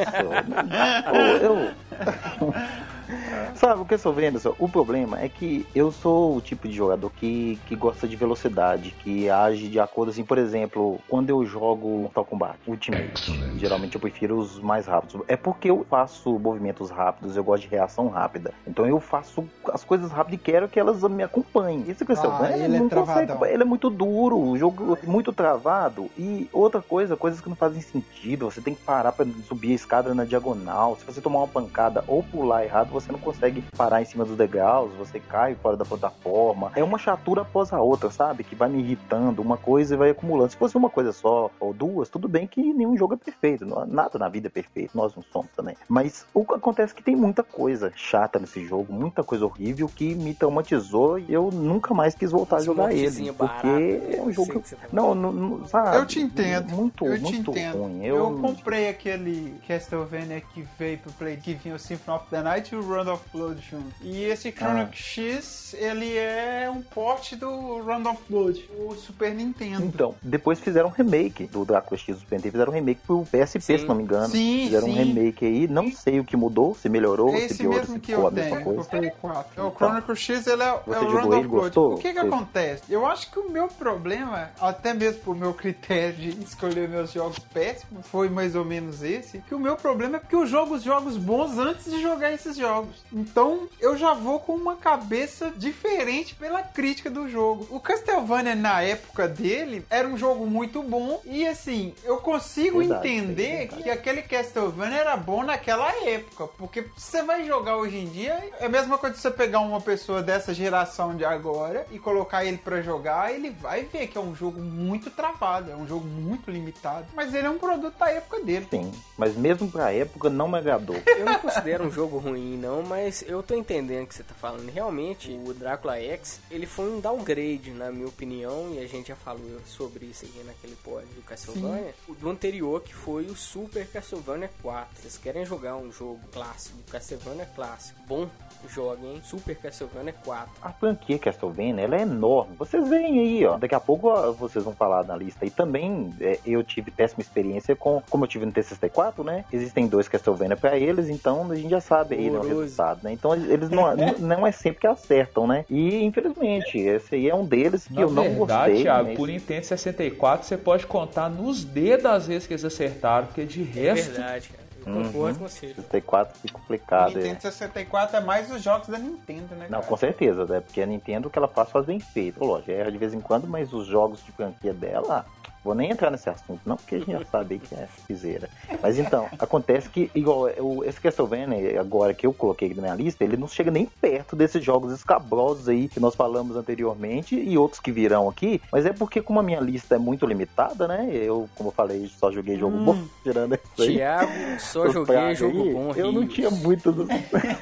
Nossa, eu... eu... Sabe o que eu estou vendo? Só? O problema é que eu sou o tipo de jogador que, que gosta de velocidade, que age de acordo, assim, por exemplo, quando eu jogo Mortal Kombat Ultimate, geralmente eu prefiro os mais rápidos. É porque eu faço movimentos rápidos, eu gosto de reação rápida. Então eu faço as coisas rápidas e quero que elas me acompanhem. Isso que eu Ah, né? ele é não travadão. consegue, ele é muito duro, o jogo é muito travado. E outra coisa, coisas que não fazem sentido, você tem que parar para subir a escada na diagonal. Se você tomar uma pancada ou pular errado, você não consegue parar em cima dos degraus, você cai fora da plataforma. É uma chatura após a outra, sabe? Que vai me irritando, uma coisa e vai acumulando. Se fosse uma coisa só ou duas, tudo bem que nenhum jogo é perfeito. Nada na vida é perfeito, nós não somos também. Mas o que acontece é que tem muita coisa chata nesse jogo, muita coisa horrível que me traumatizou e eu nunca mais quis voltar a jogar ele. Porque é um jogo que... Não, não, não, sabe? Eu te entendo. Muito, eu te muito entendo. ruim. Eu... Eu... comprei aquele Castlevania que veio pro Play, que vinha o Symphony of the Night e o Round of Blood junto. E esse Chrono Ah. X, ele é um port do Round of Blood, o Super Nintendo. Então, depois fizeram um remake do Drácula X do Super Nintendo, fizeram um remake pro P S P, Sim. se não me engano. Sim, fizeram sim. um remake aí, não sei o que mudou, se melhorou, É se esse piorou, mesmo se que ficou eu a mesma tenho, coisa. o Play quatro. É o Então, Chrono X, ele é, é você o jogou Round ele, of Blood. gostou? O que que Você- acontece? Eu acho que o meu problema, até mesmo por meu critério de escolher meus jogos péssimos, foi mais ou menos esse, que o meu problema é porque eu jogo os jogos bons antes de jogar esses jogos. Então, eu já vou com uma cabeça diferente pela crítica do jogo. O Castlevania, na época dele, era um jogo muito bom e, assim, eu consigo Verdade, entender verdade. que aquele Castlevania era bom naquela época, porque você vai jogar hoje em dia, é a mesma coisa de você pegar uma pessoa dessa geração de agora e colocar ele pra jogar, ele vai ver que é um jogo muito travado, é um jogo muito limitado, mas ele é um produto da época dele. Sim, mas mesmo pra época não me agradou. Eu não considero um jogo ruim, não, mas eu tô entendendo o que você tá falando. Realmente, o Drácula X, ele foi um downgrade, na minha opinião, e a gente já falou sobre isso aqui naquele pod do Castlevania, o do anterior, que foi o Super Castlevania quatro. Vocês querem jogar um jogo clássico, Castlevania clássico, bom, joguem Super Castlevania quatro. A franquia Castlevania, ela é enorme. Vocês veem aí, ó. Daqui a pouco ó, vocês vão falar na lista. E também é, eu tive péssima experiência com, como eu tive no T sessenta e quatro, né? Existem dois Castlevania pra eles, então a gente já sabe aí, né, o Horroroso. resultado, né? Então eles não, não- não é sempre que acertam, né? E infelizmente, esse aí é um deles que Na eu não verdade, gostei. Thiago, mas- por Nintendo sessenta e quatro você pode contar nos dedos as vezes que eles acertaram, porque de É resto... verdade, cara. Eu Uhum. concordo com você. sessenta e quatro fica O complicado. é. Nintendo sessenta e quatro é mais os jogos da Nintendo, né, Não, cara? com certeza, né? Porque a Nintendo, o que ela faz, faz bem feito. Lógico, erra de vez em quando, mas os jogos de franquia dela... Vou nem entrar nesse assunto, não, porque a gente já sabe aí que é piseira. Mas então, acontece que, igual, eu, esse Castlevania, agora que eu coloquei aqui na minha lista, ele não chega nem perto desses jogos escabrosos aí que nós falamos anteriormente e outros que virão aqui, mas é porque como a minha lista é muito limitada, né? Eu, como eu falei, só joguei jogo Hum. bom, tirando isso aí. Thiago, só Os joguei praga jogo aí, bom, eu não rios. tinha muito do...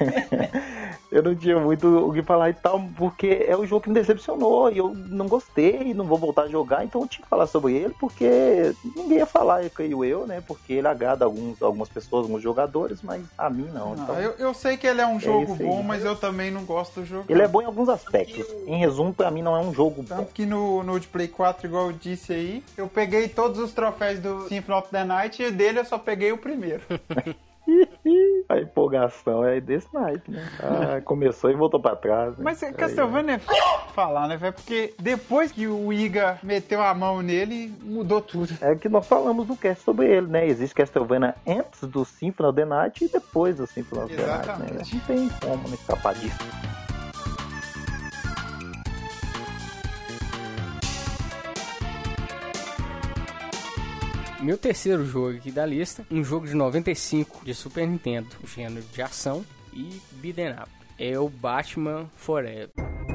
eu não tinha muito o que falar e tal, porque é um jogo que me decepcionou e eu não gostei, não vou voltar a jogar, então eu tinha que falar sobre ele, porque ninguém ia falar, eu creio eu, né? Porque ele agrada alguns, algumas pessoas, alguns jogadores, mas a mim não. Não, Então, eu, eu sei que ele é um jogo isso aí. bom, mas eu também não gosto do jogo. ele é bom em alguns aspectos. Em resumo, pra mim não é um jogo bom. Tanto que no, no de Play quatro, igual eu disse aí, eu peguei todos os troféus do Symphony of the Night e dele eu só peguei o primeiro. A empolgação é desse naipe, né? Ah, começou e voltou pra trás. Né? Mas Castlevania é f... falar, né, velho? Porque depois que o Iga meteu a mão nele, mudou tudo. É que nós falamos no cast sobre ele, né? Existe Castlevania antes do Symphony of the Night e depois do Symphony of the Night, né? Não tem como não escapar disso. Meu terceiro jogo aqui da lista, um jogo de noventa e cinco de Super Nintendo, gênero de ação e beat'em up, é o Batman Forever.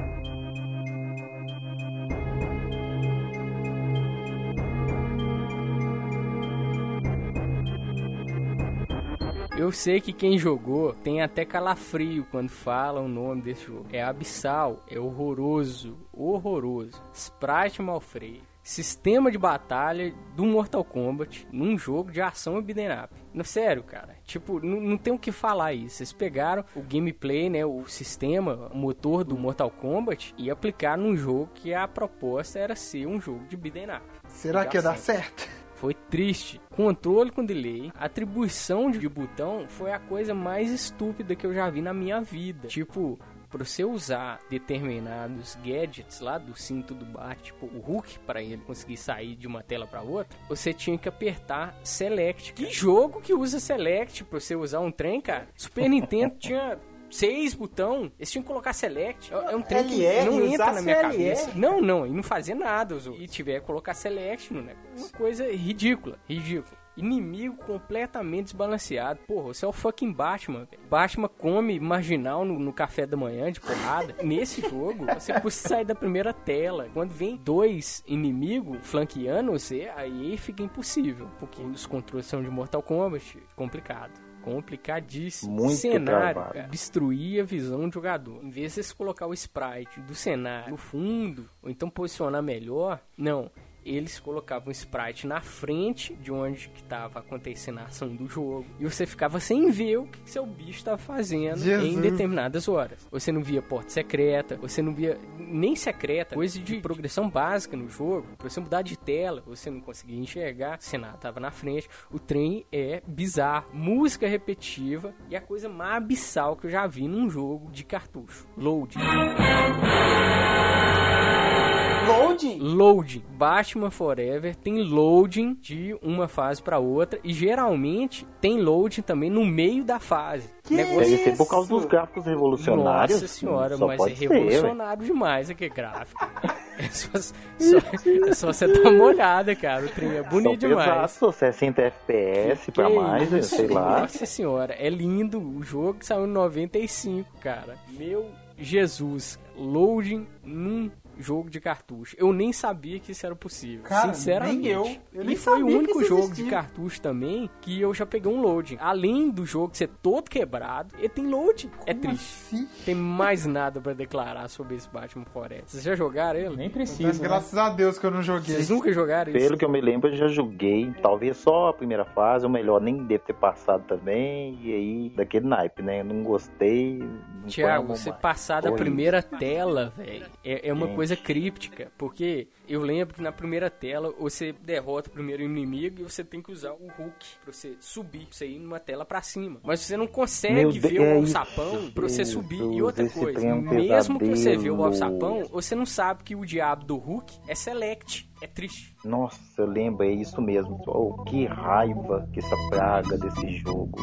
Eu sei que quem jogou tem até calafrio quando fala o nome desse jogo. É abissal, é horroroso, horroroso. Sprite mal feito. Sistema de batalha do Mortal Kombat num jogo de ação e beat'em up. No, sério, cara. Tipo, não, não tem o que falar isso. Vocês pegaram o gameplay, né, o sistema, o motor do Mortal Kombat e aplicaram num jogo que a proposta era ser um jogo de beat'em up. Será que ia dar certo? Foi triste. Controle com delay. Atribuição de botão foi a coisa mais estúpida que eu já vi na minha vida. Tipo, para você usar determinados gadgets lá do cinto do Bat, tipo o Hulk, para ele conseguir sair de uma tela para outra, você tinha que apertar Select. Que jogo que usa Select para você usar um trem, cara? Super Nintendo tinha seis botão, eles tinham que colocar Select. É um trem que não entra na minha cabeça. Não, não, e não fazia nada. E tiver que colocar Select no negócio. Uma coisa ridícula, ridícula. Inimigo completamente desbalanceado. Porra, você é o fucking Batman, velho. Batman come marginal no, no café da manhã de porrada. Nesse jogo, você precisa sair da primeira tela. Quando vem dois inimigos flanqueando você, aí fica impossível. Porque os controles são de Mortal Kombat. Complicado. Complicadíssimo. Muito cenário, travado. cara, destruir a visão do jogador. Em vez de você colocar o sprite do cenário no fundo, ou então posicionar melhor, não. Eles colocavam o sprite na frente de onde que estava acontecendo a ação do jogo. E você ficava sem ver o que seu bicho estava fazendo Jesus. Em determinadas horas. Você não via porta secreta, você não via nem secreta, coisa de progressão básica no jogo. Pra você mudar de tela, você não conseguia enxergar, o cenário estava na frente. O trem é bizarro. Música repetitiva e a coisa mais abissal que eu já vi num jogo de cartucho. Loading. Loading? Loading. Batman Forever tem loading de uma fase pra outra e geralmente tem loading também no meio da fase. Que Negócio... Deve ser por causa dos gráficos revolucionários. Nossa senhora, Só mas pode é ser, revolucionário ué. Demais aquele gráfico. É só, só, é só você dar uma olhada, cara. O trem é bonito São demais. Exato, sessenta F P S que pra que mais, é isso? sei lá. Nossa senhora, é lindo. O jogo saiu em noventa e cinco, cara. Meu Jesus. Loading num jogo de cartucho. Eu nem sabia que isso era possível. Cara, sinceramente. Nem eu. eu nem e foi o único jogo existia. de cartucho também que eu já peguei um loading. Além do jogo ser todo quebrado, ele tem loading. Como é triste. Assim? Tem mais nada pra declarar sobre esse Batman Forever. Vocês já jogaram ele? Nem precisa. Mas né? graças a Deus que eu não joguei. Vocês nunca jogaram isso? Pelo que eu me lembro, eu já joguei. Talvez só a primeira fase, ou melhor, nem deve ter passado também. E aí, daquele naipe, né? Eu não gostei. Não Tiago, você mais. passar da Foi. primeira tela, velho, é, é uma Gente. coisa críptica. Porque eu lembro que na primeira tela você derrota o primeiro inimigo e você tem que usar o Hulk pra você subir, pra você ir numa tela pra cima. Mas você não consegue Meu ver Deus, o é alçapão isso, pra você subir. E Jesus, outra esse coisa, trem é um mesmo que você vê o pesadelo. alçapão, você não sabe que o diabo do Hulk é Select. É triste. Nossa, eu lembro, é isso mesmo. Oh, que raiva que essa praga desse jogo.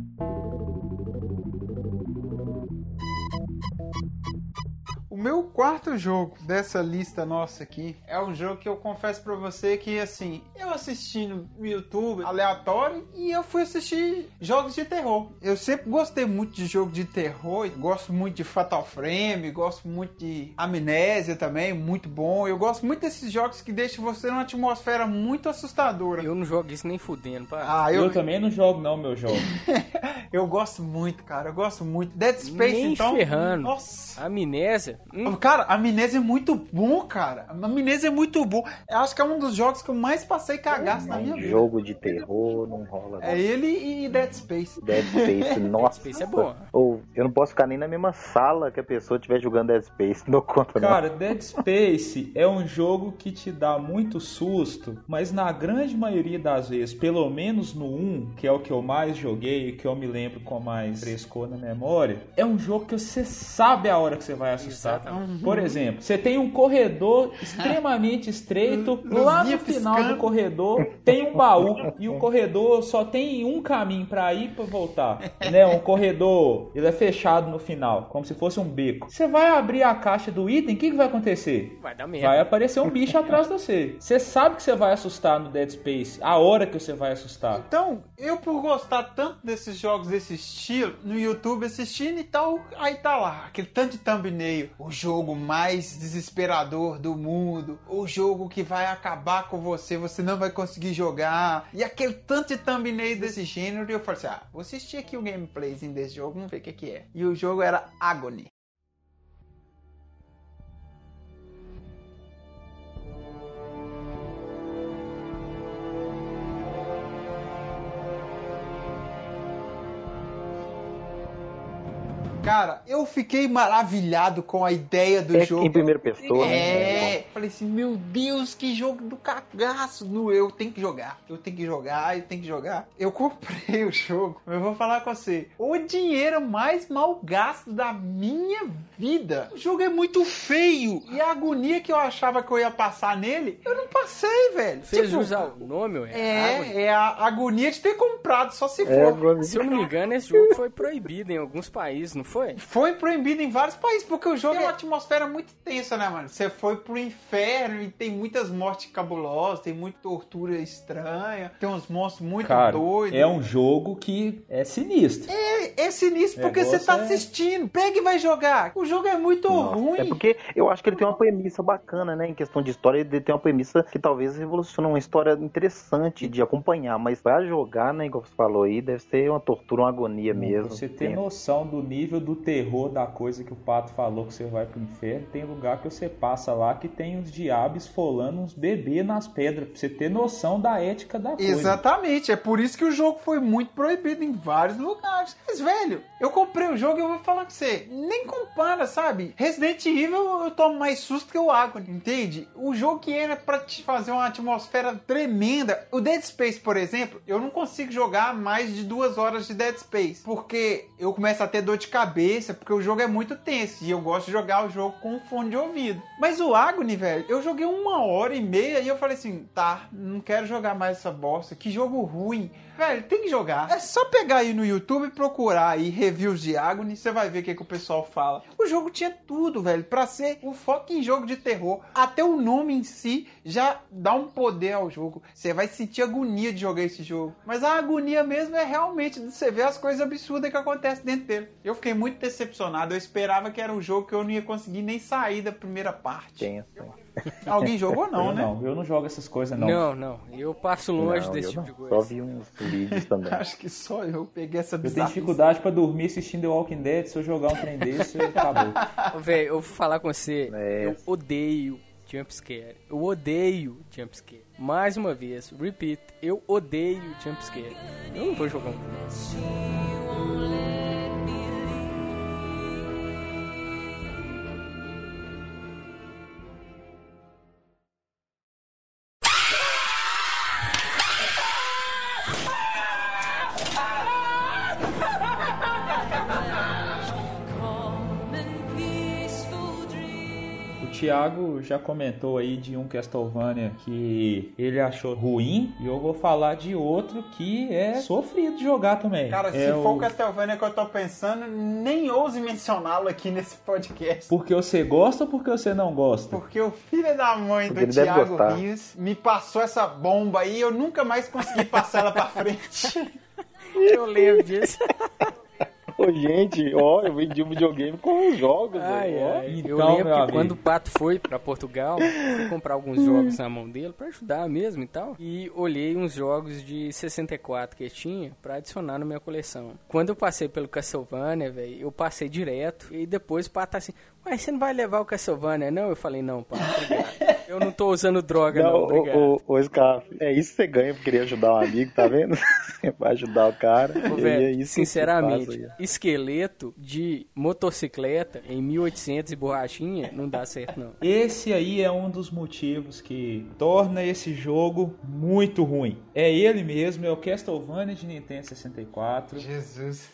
O meu quarto jogo dessa lista nossa aqui é um jogo que eu confesso pra você que, assim, eu assisti no YouTube aleatório e eu fui assistir jogos de terror. Eu sempre gostei muito de jogo de terror, gosto muito de Fatal Frame, gosto muito de Amnésia também, muito bom. Eu gosto muito desses jogos que deixam você numa atmosfera muito assustadora. Eu não jogo isso nem fudendo, pá. Ah, Eu, eu, também não jogo não, meu jogo. eu gosto muito, cara, eu gosto muito. Dead Space, Nem então... ferrando. Nossa... Amnésia? Hum, Cara, Amnésia é muito bom, cara. Amnésia é muito bom. Eu acho que é um dos jogos que eu mais passei cagaço na minha vida. Jogo de terror não rola. É ele e Dead Space. Dead Space, nossa. Dead Space é boa. Ou eu não posso ficar nem na mesma sala que a pessoa estiver jogando Dead Space. Não dou conta, não. Cara, Dead Space é um jogo que te dá muito susto, mas na grande maioria das vezes, pelo menos no um, que é o que eu mais joguei, que eu me lembro com mais frescor na memória, é um jogo que você sabe a hora que você vai assustar. Exatamente. Por exemplo, você tem um corredor extremamente estreito, lá no final do corredor tem um baú e o corredor só tem um caminho pra ir e pra voltar, né? Um corredor, ele é fechado no final, como se fosse um beco. Você vai abrir a caixa do item, o que, que vai acontecer? Vai dar merda. Vai aparecer um bicho atrás de você. Você sabe que você vai assustar no Dead Space, a hora que você vai assustar. Então, eu por gostar tanto desses jogos desse estilo, no YouTube assistindo e tal, aí tá lá, aquele tanto de thumbnail, o jogo mais desesperador do mundo, o jogo que vai acabar com você, você não vai conseguir jogar, e aquele tanto de thumbnail desse gênero, e eu falei assim, ah, vou assistir aqui o gameplayzinho desse jogo, vamos ver o que que é. E o jogo era Agony. Cara, eu fiquei maravilhado com a ideia do É jogo. em primeira pessoa, né? É, falei assim, meu Deus, que jogo do cagaço. No, eu tenho que jogar, eu tenho que jogar, eu tenho que jogar. Eu comprei o jogo, eu vou falar com você, o dinheiro mais mal gasto da minha vida. O jogo é muito feio. E a agonia que eu achava que eu ia passar nele, eu não passei, velho. Fez Tipo, usar o nome, ué? É, Agony. é a agonia de ter comprado, só se É, for. agora- Se eu não me engano, esse jogo foi proibido em alguns países, não foi? Foi proibido em vários países, porque o jogo é uma atmosfera muito tensa, né, mano? Você foi pro inferno e tem muitas mortes cabulosas, tem muita tortura estranha, tem uns monstros muito Cara, doidos. é um jogo que é sinistro. É, é sinistro porque Negócio você tá é- assistindo. Pega e vai jogar. O jogo é muito ruim. É porque eu acho que ele tem uma premissa bacana, né? Em questão de história, ele tem uma premissa que talvez revolucione uma história interessante de acompanhar. Mas pra jogar, né? Igual você falou aí, deve ser uma tortura, uma agonia mesmo. Você ter Tem- noção do nível do terror da coisa que o Pato falou que você vai pro inferno, tem lugar que você passa lá que tem uns diabos esfolando uns bebês nas pedras, pra você ter noção da ética da coisa. Exatamente, é por isso que o jogo foi muito proibido em vários lugares. Mas, velho, eu comprei o jogo e eu vou falar com você, nem compara, sabe? Resident Evil eu tomo mais susto que o Agony, entende? O jogo que era pra te fazer uma atmosfera tremenda. O Dead Space, por exemplo, eu não consigo jogar mais de duas horas de Dead Space, porque eu começo a ter dor de cabeça, porque o jogo é muito tenso, e eu gosto de jogar o jogo com fone de ouvido. Mas o Agony, velho, eu joguei uma hora e meia e eu falei assim, tá, não quero jogar mais essa bosta, que jogo ruim. Velho, tem que jogar. É só pegar aí no YouTube e procurar aí reviews de Agony, você vai ver o que, que o pessoal fala. O jogo tinha tudo, velho, pra ser um fucking jogo de terror. Até o nome em si já dá um poder ao jogo. Você vai sentir agonia de jogar esse jogo. Mas a agonia mesmo é realmente de você ver as coisas absurdas que acontecem dentro dele. Eu fiquei muito decepcionado. Eu esperava que era um jogo que eu não ia conseguir nem sair da primeira parte. Tem, tem. Alguém jogou não, eu né? não, eu não jogo essas coisas não. Não, não. Eu passo longe Não, desse eu tipo não. de Só coisa. vi uns vídeos também. Acho que só eu peguei essa Eu tenho bizarrice. dificuldade pra dormir assistindo The Walking Dead, se eu jogar um trem desse, acabou. Ô, velho, eu vou falar com você. É. Eu odeio jumpscare. Eu odeio jumpscare. Mais uma vez, repeat. Eu odeio jumpscare. Eu não vou jogar um. O Thiago já comentou aí de um Castlevania que ele achou ruim, e eu vou falar de outro que é sofrido de jogar também. Cara, se é for o o... Castlevania que eu tô pensando, nem ouse mencioná-lo aqui nesse podcast. Porque você gosta ou porque você não gosta? Porque o filho da mãe Porque do ele deve Thiago gostar. Rios me passou essa bomba aí e eu nunca mais consegui passar ela pra frente. Eu lembro disso. O Ô, gente, ó, eu vendi um videogame com os jogos, Ai, velho. ó. ai. Então, Eu lembro meu que amigo. quando o Pato foi pra Portugal, fui comprar alguns jogos na mão dele pra ajudar mesmo e tal. E olhei uns jogos de sessenta e quatro que tinha pra adicionar na minha coleção. Quando eu passei pelo Castlevania, velho, eu passei direto. E depois o Pato tá assim, ué, você não vai levar o Castlevania, não? Eu falei, não, Pato, obrigado. Eu não tô usando droga, não, Não, obrigado. ô, ô, ô, Scarf, é isso que você ganha por querer ajudar um amigo, tá vendo? Vai ajudar o cara. Ô, e velho, é isso que sinceramente, você faz aí. esqueleto de motocicleta em mil e oitocentos e borrachinha não dá certo, não. Esse aí é um dos motivos que torna esse jogo muito ruim. É ele mesmo, é o Castlevania de Nintendo sessenta e quatro. Jesus.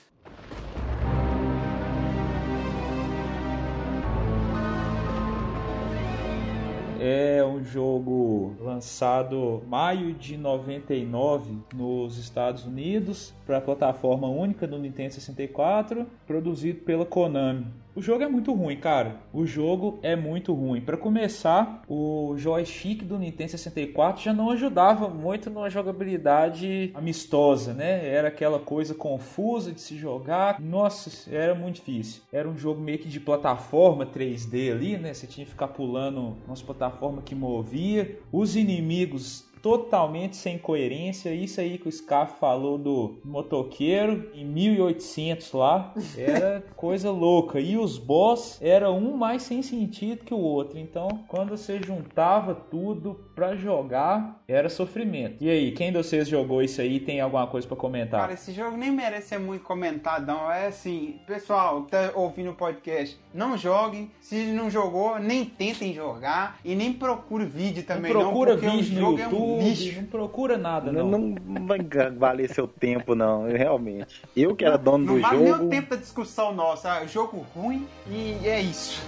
É um jogo lançado em maio de noventa e nove nos Estados Unidos para a plataforma única do Nintendo sessenta e quatro, produzido pela Konami. O jogo é muito ruim, cara. O jogo é muito ruim. Para começar, o joystick do Nintendo sessenta e quatro já não ajudava muito na jogabilidade amistosa, né? Era aquela coisa confusa de se jogar. Nossa, era muito difícil. Era um jogo meio que de plataforma três D ali, né? Você tinha que ficar pulando umas plataformas que movia. Os inimigos totalmente sem coerência. Isso aí que o Scarf falou do motoqueiro em mil e oitocentos lá, era coisa louca. E os boss era um mais sem sentido que o outro. Então, quando você juntava tudo pra jogar, era sofrimento. E aí, quem de vocês jogou isso aí? Tem alguma coisa pra comentar? Cara, esse jogo nem merece ser muito comentado, não. É assim, pessoal que tá ouvindo o podcast, não joguem. Se não jogou, nem tentem jogar. E nem procure vídeo também, não. Procura não, vídeo no jogo YouTube, é um lixo. não procura nada, Não, não. não vai valer seu tempo, não, realmente. Eu que era dono Não do vale nem jogo. o tempo da discussão nossa. Ah, jogo ruim e é isso.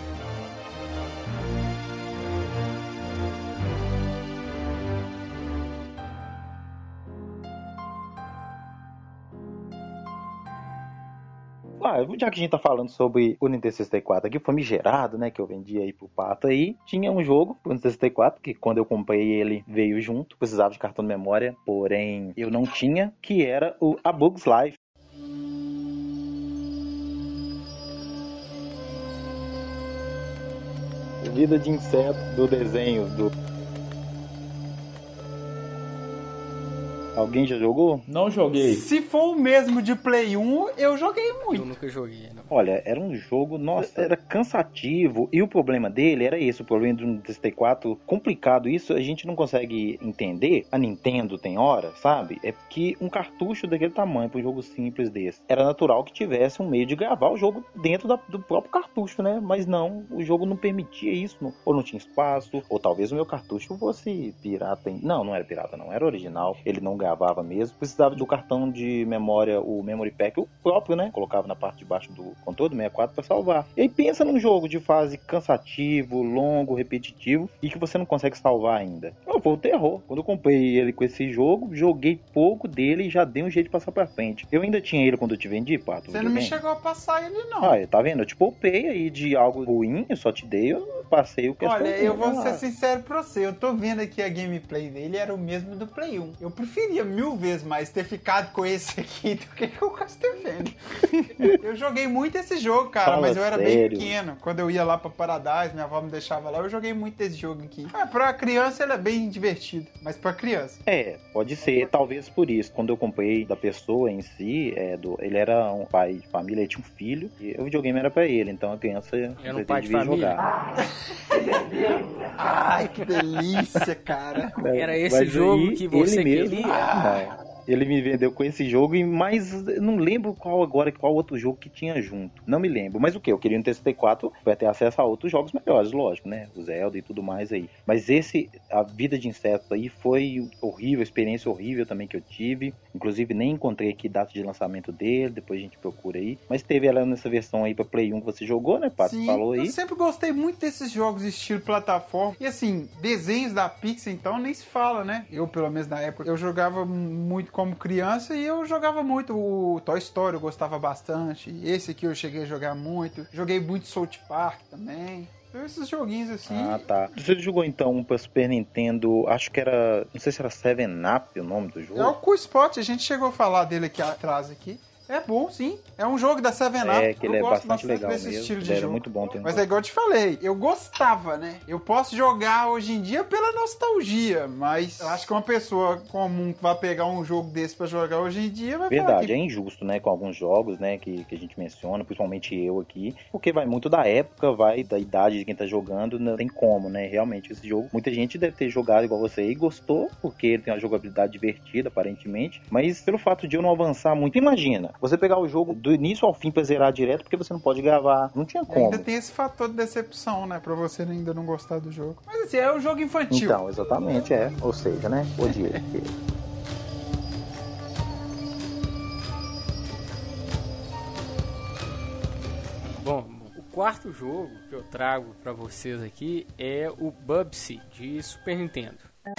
Ah, já que a gente tá falando sobre o Nintendo sessenta e quatro aqui, famigerado, né, que eu vendi aí pro Pato aí, tinha um jogo pro Nintendo sessenta e quatro, que quando eu comprei ele veio junto, precisava de cartão de memória, porém eu não tinha, que era o A Bug's Life. Vida de inseto do desenho do... Alguém já jogou? Não joguei. Se for o mesmo de Play um, eu joguei Eu muito. nunca joguei, não. Olha, era um jogo, nossa, era cansativo. E o problema dele era esse, o problema do Nintendo sessenta e quatro, complicado isso, a gente não consegue entender. A Nintendo tem hora, sabe? É porque um cartucho daquele tamanho, para um jogo simples desse, era natural que tivesse um meio de gravar o jogo dentro da, do próprio cartucho, né? Mas não, o jogo não permitia isso, não. Ou não tinha espaço, ou talvez o meu cartucho fosse pirata. Em... Não, não era pirata, não, era original. Ele não gravava mesmo, precisava do cartão de memória, o Memory Pack, o próprio, né? Colocava na parte de baixo do controle do sessenta e quatro para salvar. E aí pensa num jogo de fase cansativo, longo, repetitivo e que você não consegue salvar ainda. Eu vou o terror. Quando eu comprei ele com esse jogo, joguei pouco dele e já dei um jeito de passar pra frente. Eu ainda tinha ele quando eu te vendi, Pato. Você não me chegou a passar ele, não. Ah, tá vendo? Eu te poupei aí de algo ruim, eu só te dei, eu passei o que Olha, eu vou ser sincero pra você, eu tô vendo aqui a gameplay dele, era o mesmo do Play um. Eu preferia mil vezes mais ter ficado com esse aqui do que com o Castlevania. Eu joguei muito esse jogo, cara, Fala mas eu era sério. bem pequeno. Quando eu ia lá pra Paradise, minha avó me deixava lá, eu joguei muito esse jogo aqui. Ah, pra criança ele é bem divertido, mas pra criança. É, pode ser, talvez por isso. Quando eu comprei da pessoa em si, é, do, ele era um pai de família, ele tinha um filho, e o videogame era pra ele, então a criança Era um pai de família? jogar. Ai, que delícia, cara. Era esse Mas jogo aí, que você ele mesmo- queria? Não. Ele me vendeu com esse jogo, e mas não lembro qual agora, qual outro jogo que tinha junto. Não me lembro. Mas o que? Eu queria no sessenta e quatro vai ter acesso a outros jogos melhores, lógico, né? O Zelda e tudo mais aí. Mas esse, a vida de inseto aí foi horrível, experiência horrível também que eu tive. Inclusive nem encontrei aqui data de lançamento dele, depois a gente procura aí. Mas teve ela nessa versão aí pra Play um que você jogou, né, Pato? Sim, Falou aí. eu sempre gostei muito desses jogos estilo plataforma. E assim, desenhos da Pixar, então, nem se fala, né? Eu, pelo menos na época, eu jogava muito como criança e eu jogava muito o Toy Story, eu gostava bastante. Esse aqui eu cheguei a jogar muito. Joguei muito South Park também. Então, esses joguinhos assim. Ah, tá. Você jogou então um pra Super Nintendo, acho que era, não sei se era seven up o nome do jogo. É o Cool Spot, a gente chegou a falar dele aqui atrás aqui. É bom, sim. É um jogo da Seven Up. É, que ele eu é gosto bastante legal desse mesmo. estilo de Ele era jogo. muito bom. Tem um Mas é igual eu te falei, eu gostava, né? Eu posso jogar hoje em dia pela nostalgia, mas eu acho que uma pessoa comum que vai pegar um jogo desse pra jogar hoje em dia vai falar Verdade, que... é injusto, né, com alguns jogos, né, que, que a gente menciona, principalmente eu aqui, porque vai muito da época, vai da idade de quem tá jogando, não tem como, né, realmente esse jogo, muita gente deve ter jogado igual você e gostou, porque ele tem uma jogabilidade divertida, aparentemente, mas pelo fato de eu não avançar muito, imagina, você pegar o jogo do início ao fim pra zerar direto, porque você não pode gravar, não tinha E como. ainda tem esse fator de decepção, né, pra você ainda não gostar do jogo. Mas assim, é um jogo infantil. Então, exatamente, é, ou seja, né, odiei. Bom, o quarto jogo que eu trago pra vocês aqui é o Bubsy de Super Nintendo.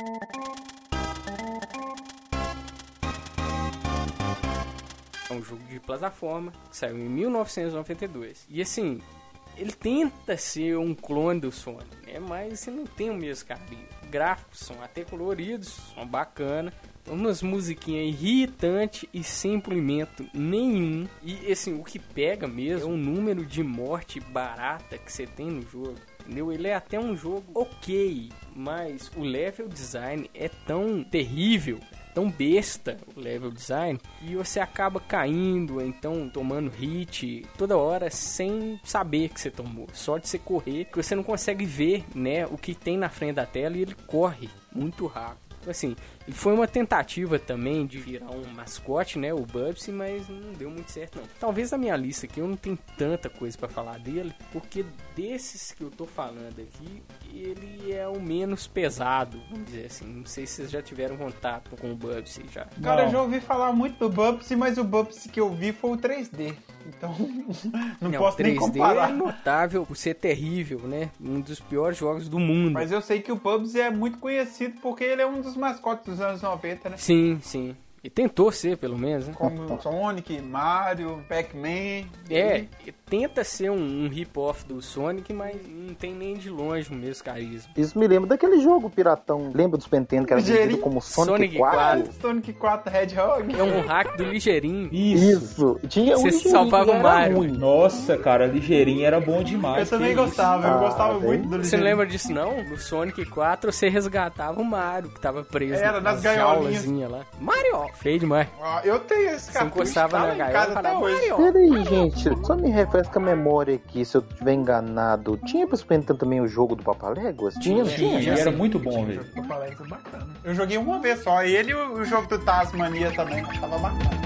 É um jogo de plataforma que saiu em mil novecentos e noventa e dois. E assim, ele tenta ser um clone do Sonic, né? Mas ele não tem o mesmo carinho. Os gráficos são até coloridos, são bacanas. Umas musiquinhas irritantes e sem polimento nenhum. E assim, o que pega mesmo é o número de morte barata que você tem no jogo. Entendeu? Ele é até um jogo ok, mas o level design é tão terrível, tão besta o level design, e você acaba caindo, então tomando hit toda hora sem saber que você tomou, só de você correr, que você não consegue ver, né, o que tem na frente da tela, e ele corre muito rápido. Assim, ele foi uma tentativa também de virar um mascote, né, o Bubsy, mas não deu muito certo não. Talvez na minha lista aqui eu não tenho tanta coisa pra falar dele, porque desses que eu tô falando aqui, ele é o menos pesado, vamos dizer assim. Não sei se vocês já tiveram contato com o Bubsy já. Cara, Não. eu já ouvi falar muito do Bubsy, mas o Bubsy que eu vi foi o três D. Então, não, Não, posso nem três D comparar. é notável por ser terrível, né? Um dos piores jogos do mundo. Mas eu sei que o Bubsy é muito conhecido porque ele é um dos mascotes dos anos noventa, né? Sim, sim. E tentou ser, pelo menos, né? Como Sonic, Mario, Pac-Man. É, tenta ser um, um rip-off do Sonic, mas não tem nem de longe o mesmo carisma. Isso me lembra daquele jogo piratão, lembra do Super Nintendo que era Ligeirinho. vendido como Sonic, Sonic quatro? quatro. Sonic quatro Hedgehog. É um hack do ligeirinho. Isso. Isso, tinha um Você ligeirinho salvava que o era Mario. ruim. Nossa, cara, ligeirinho era bom demais. Eu também que gostava, eu Ah, gostava bem. muito do Você não Ligeirinho. lembra disso não? No Sonic quatro você resgatava o Mario, que tava preso Era, nas nas gaiolinhas. jaulazinhas lá. Mario! Feio demais. Ó, eu tenho esse Você cartucho, encostava tá na lá em gaiola casa e até falava, hoje. Mario! Peraí, gente, só me refresca a memória aqui, se eu estiver enganado. Tinha pro Super Nintendo também o jogo do Papaléguas? Tinha, não Tinha, tinha? era sim. muito bom, Tinha um velho. jogo do Papaléguas, é bacana. Eu joguei uma vez só, ele e o, o jogo do Tasmania também, tava bacana.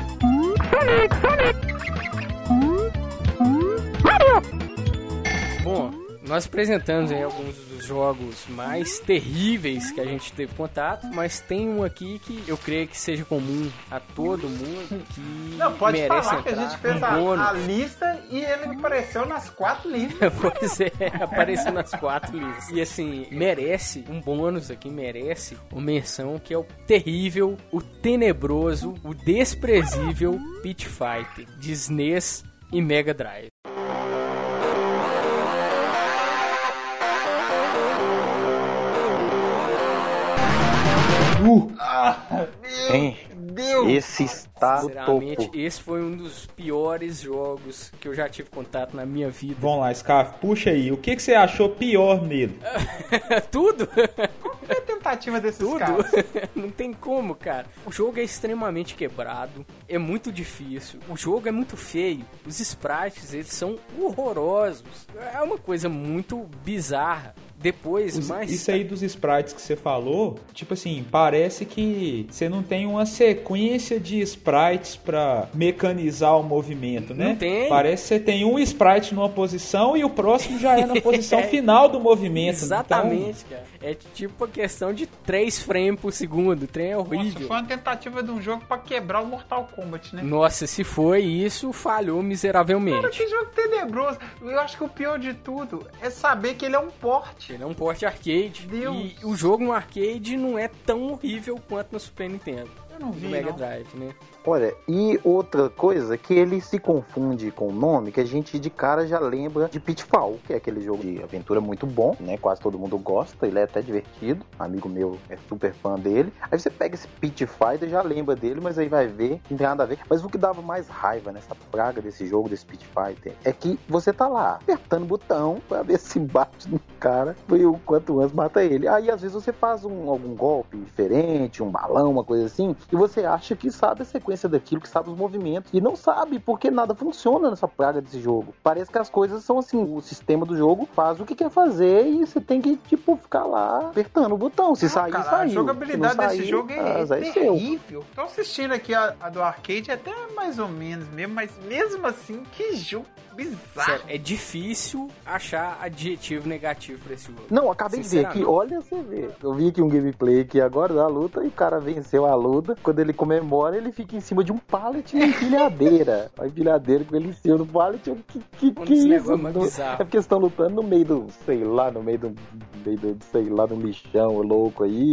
Bom, nós apresentamos aí alguns dos jogos mais terríveis que a gente teve contato, mas tem um aqui que eu creio que seja comum a todo mundo, que Não, pode merece falar que a entrar gente fez um a, bônus. a lista e ele apareceu nas quatro listas. Pois é, apareceu nas quatro listas. E assim, merece um bônus aqui, merece uma menção que é o terrível, o tenebroso, o desprezível Pit Fighter de S N E S e Mega Drive. Uh, Hein? Deus! Esse está no Sinceramente, topo. esse foi um dos piores jogos que eu já tive contato na minha vida. vamos lá, Scarf, puxa aí. O que, que você achou pior nele? Tudo? Qual foi a tentativa desses Tudo? caras? Não tem como, cara. O jogo é extremamente quebrado, é muito difícil, o jogo é muito feio, os sprites, eles são horrorosos. É uma coisa muito bizarra. Depois, Os- mais... Isso aí dos sprites que você falou, tipo assim, parece que você não tem uma sequência de sprites pra mecanizar o movimento, né? Não tem. Parece que você tem um sprite numa posição e o próximo já é na posição final do movimento. Exatamente, cara. É tipo a questão de três frames por segundo. O trem é Nossa, horrível. foi uma tentativa de um jogo pra quebrar o Mortal Kombat, né? Nossa, se foi isso, falhou Cara, miseravelmente. que jogo tenebroso. Eu acho que o pior de tudo é saber que ele é um porte. Ele é um port arcade. Deus. E o jogo no arcade não é tão horrível quanto no Super Nintendo. Eu não vi, Do Mega não. Drive, né? Olha, e outra coisa que ele se confunde com o nome, que a gente de cara já lembra de Pitfall, que é aquele jogo de aventura muito bom, né? Quase todo mundo gosta, ele é até divertido. Um amigo meu é super fã dele. Aí você pega esse Pit Fighter, já lembra dele, mas aí vai ver, não tem nada a ver. Mas o que dava mais raiva nessa praga desse jogo, desse Pit Fighter, é que você tá lá, apertando o botão pra ver se bate no cara e o quanto antes mata ele. Aí às vezes você faz um, algum golpe diferente, um balão, uma coisa assim, e você acha que sabe a sequência daquilo, que sabe os movimentos, e não sabe, porque nada funciona nessa praga desse jogo. Parece que as coisas são assim, o sistema do jogo faz o que quer fazer e você tem que, tipo, ficar lá apertando o botão. Se Não, sair, cara, saiu. A jogabilidade Se não desse sair, jogo é, ah, é terrível. Tô assistindo aqui a, a do arcade, até mais ou menos mesmo, mas mesmo assim, que jogo bizarro. Sério, é difícil achar adjetivo negativo pra esse jogo. Não, acabei de ver aqui, olha você vê. Eu vi aqui um gameplay aqui agora da luta e o cara venceu a luta. Quando ele comemora, ele fica em cima de um pallet na empilhadeira. A empilhadeira com ele em cima do pallet. Que, que, que isso? É, bizarro. É porque eles estão lutando no meio do, sei lá, no meio do, meio do sei lá, do lixão louco aí.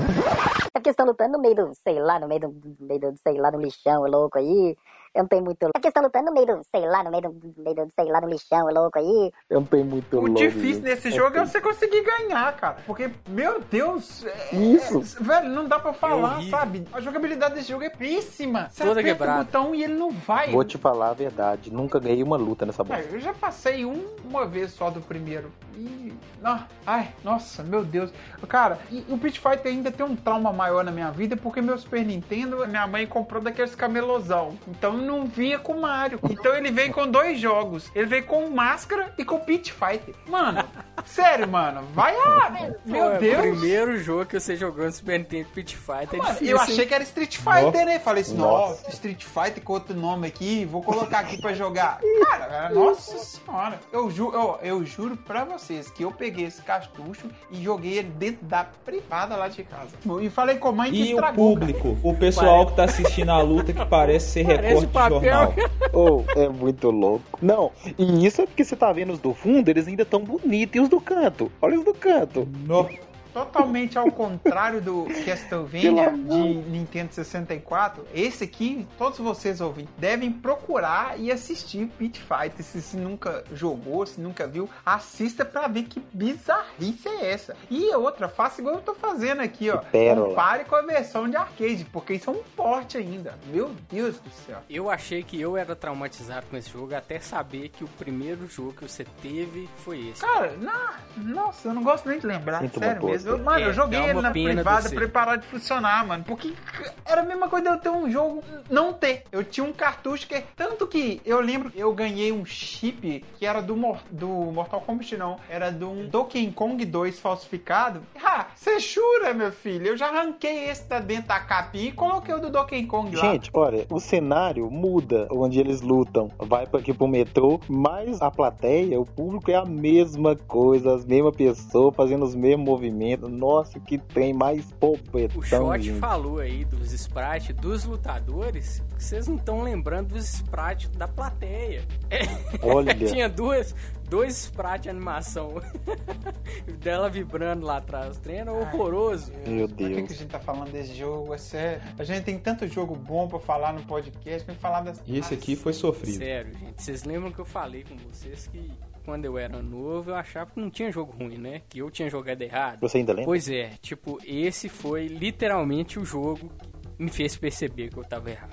É porque estão lutando no meio do, sei lá, no meio do, meio do sei lá, do lixão louco aí. Eu não tenho muito... É porque estão lutando no meio do, sei lá, no meio do, meio do sei lá, do lixão louco aí. Eu não tenho muito O louco, difícil gente. nesse jogo é você conseguir ganhar, cara. Porque, meu Deus... É, Isso. é, velho, não dá pra falar, horrível. sabe? A jogabilidade desse jogo é péssima. Você Toda aperta quebrada. o botão e ele não vai. Vou te falar a verdade, nunca ganhei uma luta nessa Ah, bosta. eu já passei um, uma vez só do primeiro. E. Ah, ai, nossa, meu Deus. Cara, e o Pit Fighter ainda tem um trauma maior na minha vida porque meu Super Nintendo, minha mãe comprou daqueles camelosão. Então não vinha com Mario. Então ele veio com dois jogos. Ele veio com Máscara e com Pit Fighter. Mano, sério, mano. Vai lá. Meu Pô, Deus. O primeiro jogo que você jogou no Super Nintendo Pit Fighter é Mano, difícil. eu achei hein? que era Street Fighter, né? Falei assim, Nossa. nossa, Street Fighter com outro nome aqui, vou colocar aqui pra jogar. Cara, nossa senhora. Eu, ju eu, eu juro pra vocês que eu peguei esse cartucho e joguei ele dentro da privada lá de casa. E falei com a mãe que E o estragou. público, o pessoal que tá assistindo a luta que parece ser Parece recorte de papel. jornal. Oh, é muito louco. Não, e isso é porque você tá vendo os do fundo, eles ainda tão bonitos. E os do canto? Olha os do canto. No. Totalmente ao contrário do Castlevania Pelo de Nintendo sessenta e quatro, esse aqui, todos vocês ouvintes, devem procurar e assistir Pit Fighter. Se, se nunca jogou, se nunca viu, assista pra ver que bizarrice é essa. E a outra, faça igual eu tô fazendo aqui, ó. pérola. Compare com a versão de arcade, porque isso é um porte ainda. Meu Deus do céu. Eu achei que eu era traumatizado com esse jogo até saber que o primeiro jogo que você teve foi esse. Cara, na, nossa, eu não gosto nem de lembrar, Sinto sério uma mesmo. Eu, mano, É, eu joguei dá ele uma na pena privada você. pra ele parar de funcionar, mano. Porque era a mesma coisa de eu ter um jogo não ter. Eu tinha um cartucho que... Tanto que eu lembro que eu ganhei um chip que era do, Mor- do Mortal Kombat, não. Era do um Donkey Kong dois falsificado. Ah, você jura, meu filho? Eu já arranquei esse da dentro da capinha e coloquei o do Donkey Kong lá. Gente, olha, o cenário muda onde eles lutam. Vai pra aqui pro metrô, mas a plateia, o público é a mesma coisa, as mesmas pessoas fazendo os mesmos movimentos. Nossa, que trem mais pobretão, O Shot gente. falou aí dos sprites dos lutadores, que vocês não estão lembrando dos sprites da plateia. Olha. Tinha duas, dois sprites de animação dela vibrando lá atrás. O trem era horroroso. Meu Por que, Deus. que a gente tá falando desse jogo? É sério. A gente tem tanto jogo bom pra falar no podcast, tem que falar das... E esse aqui foi sofrido. Sério, gente. Vocês lembram que eu falei com vocês que quando eu era novo eu achava que não tinha jogo ruim, né? Que eu tinha jogado errado. Você ainda lembra? Pois é, tipo, esse foi literalmente o jogo que me fez perceber que eu tava errado.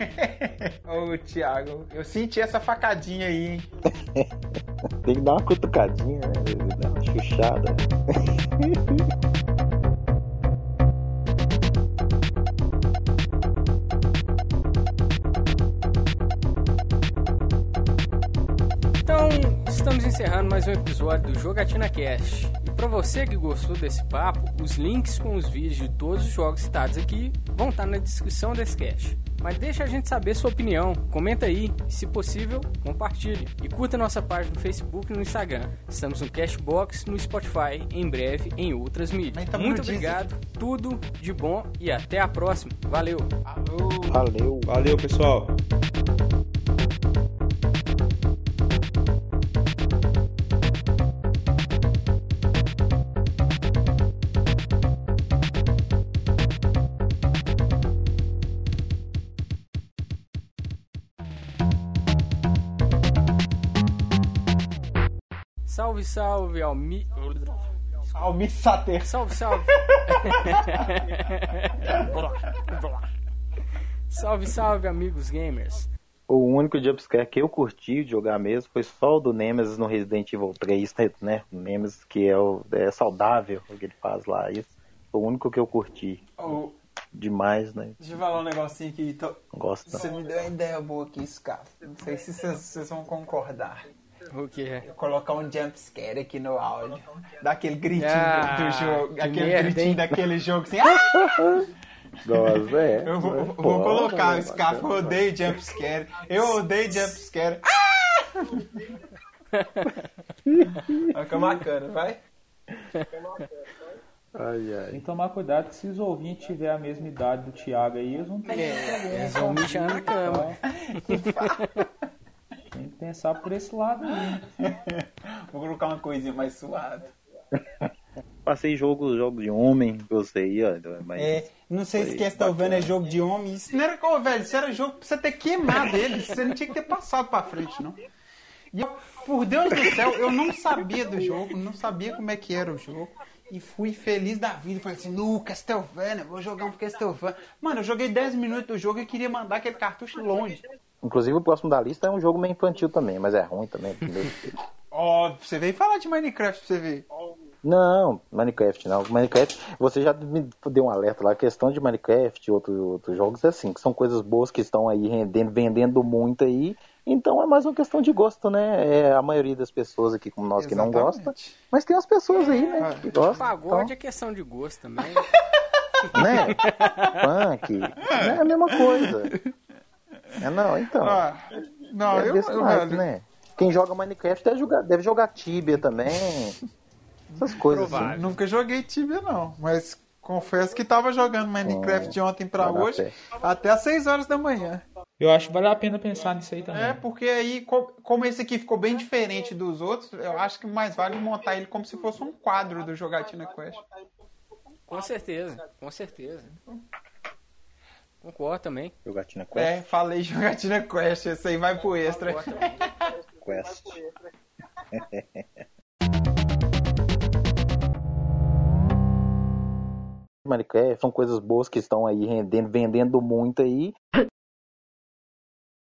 Ô, Thiago, eu senti essa facadinha aí, hein? Tem que dar uma cutucadinha, né? Dar uma chuchada. Então, estamos encerrando mais um episódio do Jogatina Cast. E pra você que gostou desse papo, os links com os vídeos de todos os jogos citados aqui vão estar na descrição desse cast. Mas deixa a gente saber sua opinião, comenta aí e, se possível, compartilhe. E curta nossa página no Facebook e no Instagram. Estamos no Cashbox, no Spotify, em breve em outras mídias. Mas tamo Muito no Deezer. obrigado, tudo de bom e até a próxima. Valeu! Alô! Valeu. Valeu, pessoal. Salve, salve, Almi... Almir Sater. Salve, salve. Salve, salve, amigos gamers. O único jumpscare que eu curti de jogar mesmo foi só o do Nemesis no Resident Evil três, né? O Nemesis, que é, o, é saudável o que ele faz lá. Isso foi o único que eu curti. Oh. Demais, né? Deixa eu falar um negocinho aqui. Tô... Gosto. Você me deu uma ideia boa aqui, Scar. Não sei se vocês vão concordar. O que é? Eu colocar um jumpscare aqui no áudio. Daquele gritinho Ah, do jogo. que Aquele merda, gritinho hein? daquele jogo assim. Ah! Nossa, é. Eu vou, é vou foda, colocar o né? Scar. Eu odeio jumpscare. Eu odeio jumpscare. Vai ficar bacana, vai? Ai, ai. Tem que tomar cuidado que se os ouvintes tiverem a mesma idade do Thiago aí, eles não têm problema. Eles vão mijar na cama. Tem que pensar por esse lado aí. Vou colocar uma coisinha mais suave. Passei jogos, jogos de homem, eu sei, ó, mas... É, não sei se Foi Castlevania é bacana. jogo de homem. Isso não era, ô, velho, isso era jogo pra você ter queimado ele. Você não tinha que ter passado pra frente, não. E eu, por Deus do céu, eu não sabia do jogo, não sabia como é que era o jogo. E fui feliz da vida. Falei assim, no Castlevania, vou jogar um Castlevania. Mano, eu joguei dez minutos do jogo e queria mandar aquele cartucho longe. Inclusive o próximo da lista é um jogo meio infantil também, mas é ruim também. Ó, você veio falar de Minecraft pra você ver. Não, Minecraft não. Minecraft, você já me deu um alerta lá. A questão de Minecraft e outro, outros jogos é assim, que são coisas boas que estão aí rendendo, vendendo muito aí. Então é mais uma questão de gosto, né? É a maioria das pessoas aqui, como nós, que não Exatamente. gosta. Mas tem umas pessoas aí, né, que gostam. Pagode é questão de gosto também. Então, né? Funk, né? É a mesma coisa. É não, então. Ah, não, é eu, desse eu, naipe, velho, né? Quem joga Minecraft deve jogar, deve jogar Tibia também. Essas coisas Provável. assim. nunca joguei Tibia, não. Mas confesso que tava jogando Minecraft de ontem pra vai dar hoje, fé. até às seis horas da manhã. Eu acho que vale a pena pensar nisso aí também. É, porque aí, co- como esse aqui ficou bem diferente dos outros, eu acho que mais vale montar ele como se fosse um quadro do Jogatina Quest. Com certeza, com certeza. Concordo também. Jogatina Quest. É, falei Jogatina Quest, esse aí vai pro extra. Concordo também. Quest. Minecraft são coisas boas que estão aí rendendo, vendendo muito aí.